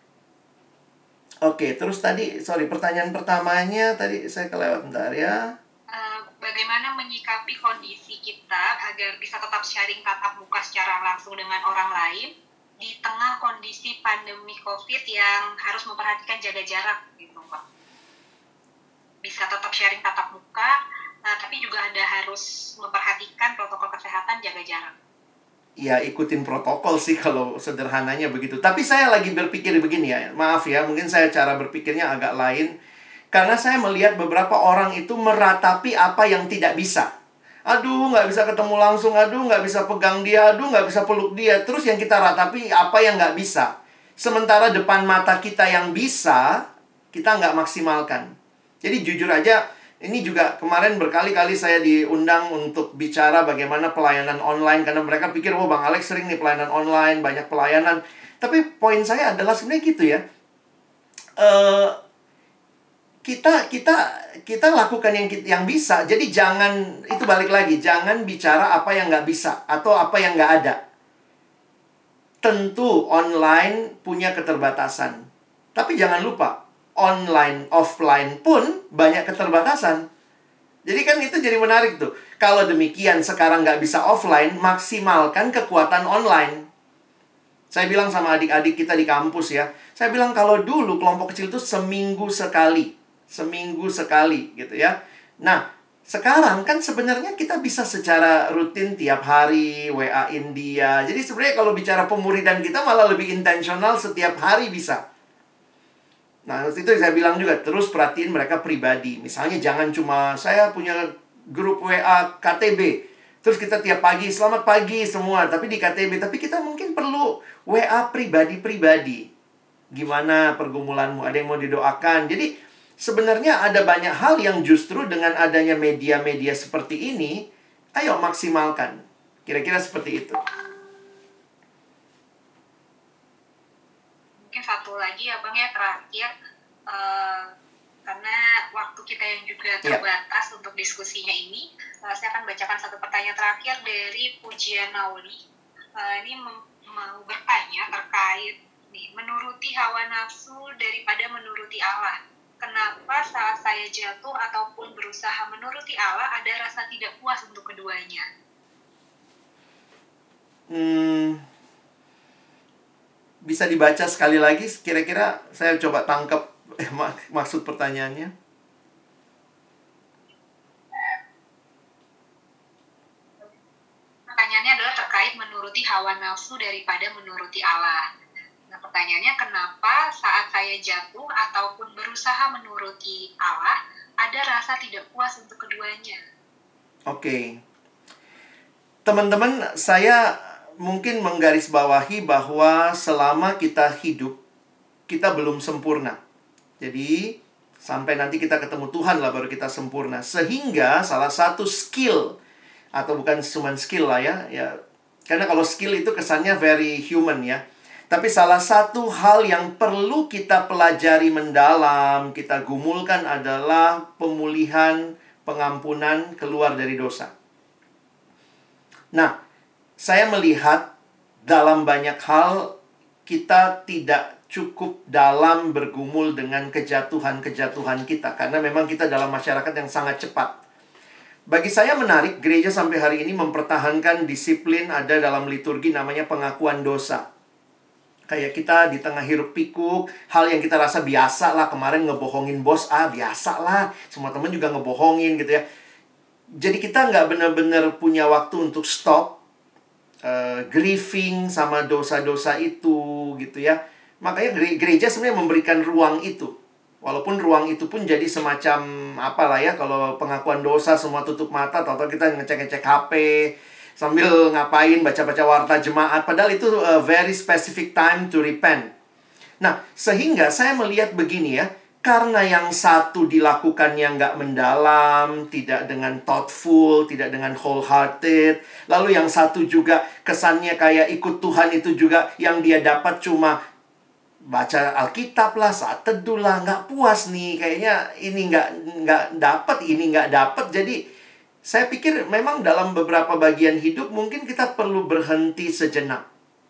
Oke, terus tadi, sorry, pertanyaan pertamanya tadi saya kelewat bentar ya. Uh, bagaimana menyikapi kondisi kita agar bisa tetap sharing tatap muka secara langsung dengan orang lain di tengah kondisi pandemi COVID yang harus memperhatikan jaga jarak gitu, Pak? Bisa tetap sharing tatap muka, uh, tapi juga ada harus memperhatikan protokol kesehatan jaga jarak. Ya, ikutin protokol sih kalau sederhananya begitu. Tapi saya lagi berpikir begini ya, maaf ya, mungkin saya cara berpikirnya agak lain. Karena saya melihat beberapa orang itu meratapi apa yang tidak bisa. Aduh, nggak bisa ketemu langsung, aduh, nggak bisa pegang dia, aduh, nggak bisa peluk dia. Terus yang kita ratapi apa yang nggak bisa. Sementara depan mata kita yang bisa, kita nggak maksimalkan. Jadi jujur aja, ini juga kemarin berkali-kali saya diundang untuk bicara bagaimana pelayanan online. Karena mereka pikir, wah Bang Alex sering nih pelayanan online, banyak pelayanan. Tapi poin saya adalah sebenarnya gitu ya. Uh, kita kita kita lakukan yang yang bisa. Jadi jangan, itu balik lagi, jangan bicara apa yang nggak bisa atau apa yang nggak ada. Tentu online punya keterbatasan, tapi jangan lupa online offline pun banyak keterbatasan. Jadi kan itu jadi menarik tuh. Kalau demikian sekarang nggak bisa offline, maksimalkan kekuatan online. Saya bilang sama adik-adik kita di kampus ya, saya bilang kalau dulu kelompok kecil itu seminggu sekali. Seminggu sekali gitu ya. Nah, sekarang kan sebenarnya kita bisa secara rutin tiap hari W A-in dia. Jadi sebenarnya kalau bicara pemuridan kita malah lebih intensional, setiap hari bisa. Nah, itu saya bilang juga, terus perhatiin mereka pribadi. Misalnya jangan cuma saya punya grup W A K T B, terus kita tiap pagi, selamat pagi semua, tapi di K T B. Tapi kita mungkin perlu W A pribadi-pribadi. Gimana pergumulanmu? Ada yang mau didoakan? Jadi, sebenarnya ada banyak hal yang justru dengan adanya media-media seperti ini, ayo maksimalkan. Kira-kira seperti itu. Mungkin satu lagi ya Bang ya, terakhir. Uh, karena waktu kita yang juga terbatas yeah. untuk diskusinya ini, uh, saya akan bacakan satu pertanyaan terakhir dari Pujian Nauli. Uh, ini mau bertanya terkait nih, menuruti hawa nafsu daripada menuruti Allah. Kenapa saat saya jatuh ataupun berusaha menuruti Allah ada rasa tidak puas untuk keduanya? Hmm, bisa dibaca sekali lagi, kira-kira saya coba tangkap eh, mak- maksud pertanyaannya. Pertanyaannya adalah terkait menuruti hawa nafsu daripada menuruti Allah. Nah, pertanyaannya, kenapa saat saya jatuh ataupun berusaha menuruti Allah, ada rasa tidak puas untuk keduanya? Oke. Okay. Teman-teman, saya mungkin menggarisbawahi bahwa selama kita hidup, kita belum sempurna. Jadi, sampai nanti kita ketemu Tuhan lah baru kita sempurna. Sehingga salah satu skill, atau bukan cuma skill lah ya, ya karena kalau skill itu kesannya very human ya. Tapi salah satu hal yang perlu kita pelajari mendalam, kita gumulkan adalah pemulihan, pengampunan, keluar dari dosa. Nah, saya melihat dalam banyak hal kita tidak cukup dalam bergumul dengan kejatuhan-kejatuhan kita. Karena memang kita dalam masyarakat yang sangat cepat. Bagi saya menarik, gereja sampai hari ini mempertahankan disiplin ada dalam liturgi namanya pengakuan dosa. Kayak kita di tengah hiruk pikuk, hal yang kita rasa biasa lah. Kemarin ngebohongin bos, ah biasa lah. Semua teman juga ngebohongin gitu ya. Jadi kita nggak benar-benar punya waktu untuk stop uh, grieving sama dosa-dosa itu gitu ya. Makanya gereja sebenarnya memberikan ruang itu. Walaupun ruang itu pun jadi semacam apalah ya. Kalau pengakuan dosa semua tutup mata, atau kita ngecek-ngecek H P sambil ngapain, baca-baca warta jemaat. Padahal itu a very specific time to repent. Nah, sehingga saya melihat begini ya. Karena yang satu dilakukannya nggak mendalam, tidak dengan thoughtful, tidak dengan wholehearted. Lalu yang satu juga kesannya kayak ikut Tuhan itu juga yang dia dapat cuma baca Alkitab lah, saat teduh lah. Nggak puas nih, kayaknya ini nggak, nggak dapat, ini nggak dapat. Jadi saya pikir memang dalam beberapa bagian hidup mungkin kita perlu berhenti sejenak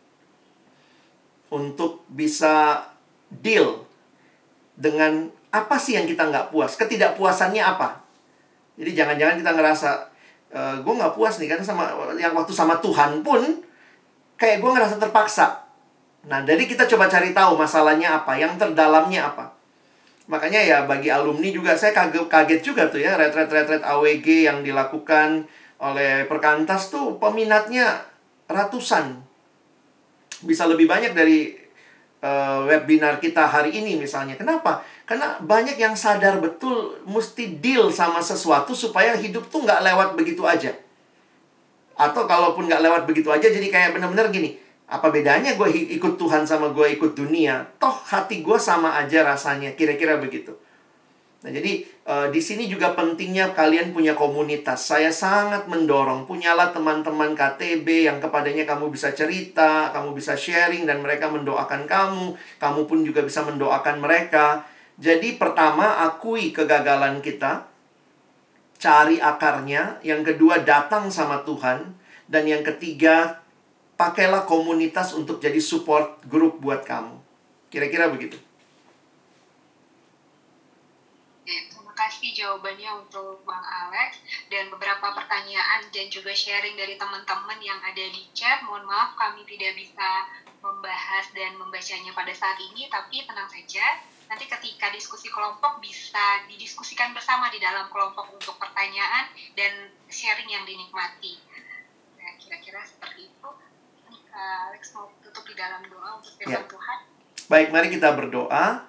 untuk bisa deal dengan apa sih yang kita nggak puas. Ketidakpuasannya apa? Jadi jangan-jangan kita ngerasa e, gue nggak puas nih karena sama yang waktu sama Tuhan pun kayak gue ngerasa terpaksa. Nah, jadi kita coba cari tahu masalahnya apa, yang terdalamnya apa. Makanya ya bagi alumni juga saya kaget, kaget juga tuh ya, retret-retret A W G yang dilakukan oleh Perkantas tuh peminatnya ratusan. Bisa lebih banyak dari uh, webinar kita hari ini misalnya. Kenapa? Karena banyak yang sadar betul mesti deal sama sesuatu supaya hidup tuh nggak lewat begitu aja. Atau kalaupun nggak lewat begitu aja jadi kayak bener-bener gini, apa bedanya gue ikut Tuhan sama gue ikut dunia? Toh hati gue sama aja rasanya. Kira-kira begitu. Nah, jadi uh, di sini juga pentingnya kalian punya komunitas. Saya sangat mendorong, punyalah teman-teman K T B yang kepadanya kamu bisa cerita, kamu bisa sharing, dan mereka mendoakan kamu. Kamu pun juga bisa mendoakan mereka. Jadi pertama, akui kegagalan kita, cari akarnya. Yang kedua, datang sama Tuhan. Dan yang ketiga, pakailah komunitas untuk jadi support group buat kamu. Kira-kira begitu. Terima kasih jawabannya untuk Bang Alex. Dan beberapa pertanyaan dan juga sharing dari teman-teman yang ada di chat. Mohon maaf kami tidak bisa membahas dan membacanya pada saat ini. Tapi tenang saja, nanti ketika diskusi kelompok bisa didiskusikan bersama di dalam kelompok untuk pertanyaan dan sharing yang dinikmati. Nah, kira-kira seperti itu. Alex mau tutup di dalam doa untuk firman Ya. Tuhan. Baik, mari kita berdoa.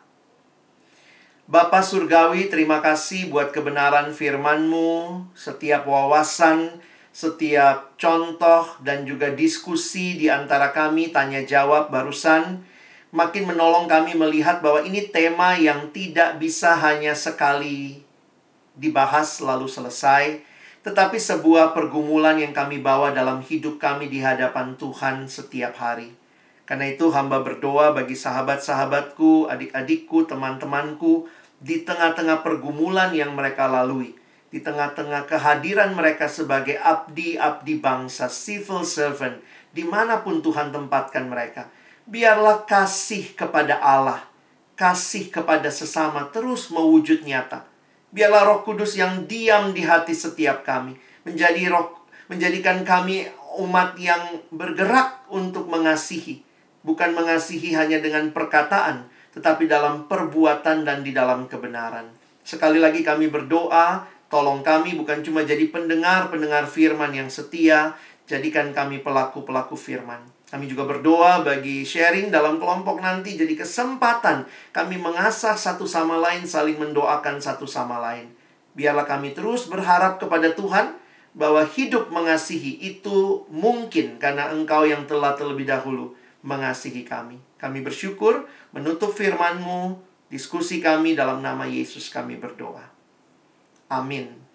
Bapa Surgawi, terima kasih buat kebenaran firman-Mu, setiap wawasan, setiap contoh, dan juga diskusi di antara kami, tanya jawab barusan, makin menolong kami melihat bahwa ini tema yang tidak bisa hanya sekali dibahas lalu selesai, tetapi sebuah pergumulan yang kami bawa dalam hidup kami di hadapan Tuhan setiap hari. Karena itu hamba berdoa bagi sahabat-sahabatku, adik-adikku, teman-temanku, di tengah-tengah pergumulan yang mereka lalui, di tengah-tengah kehadiran mereka sebagai abdi-abdi bangsa, civil servant, dimanapun Tuhan tempatkan mereka. Biarlah kasih kepada Allah, kasih kepada sesama terus mewujud nyata. Biarlah Roh Kudus yang diam di hati setiap kami, menjadi roh, menjadikan kami umat yang bergerak untuk mengasihi. Bukan mengasihi hanya dengan perkataan, tetapi dalam perbuatan dan di dalam kebenaran. Sekali lagi kami berdoa, tolong kami bukan cuma jadi pendengar-pendengar firman yang setia, jadikan kami pelaku-pelaku firman. Kami juga berdoa bagi sharing dalam kelompok nanti, jadi kesempatan kami mengasah satu sama lain, saling mendoakan satu sama lain. Biarlah kami terus berharap kepada Tuhan, bahwa hidup mengasihi itu mungkin karena Engkau yang telah terlebih dahulu mengasihi kami. Kami bersyukur menutup firman-Mu, diskusi kami dalam nama Yesus kami berdoa. Amin.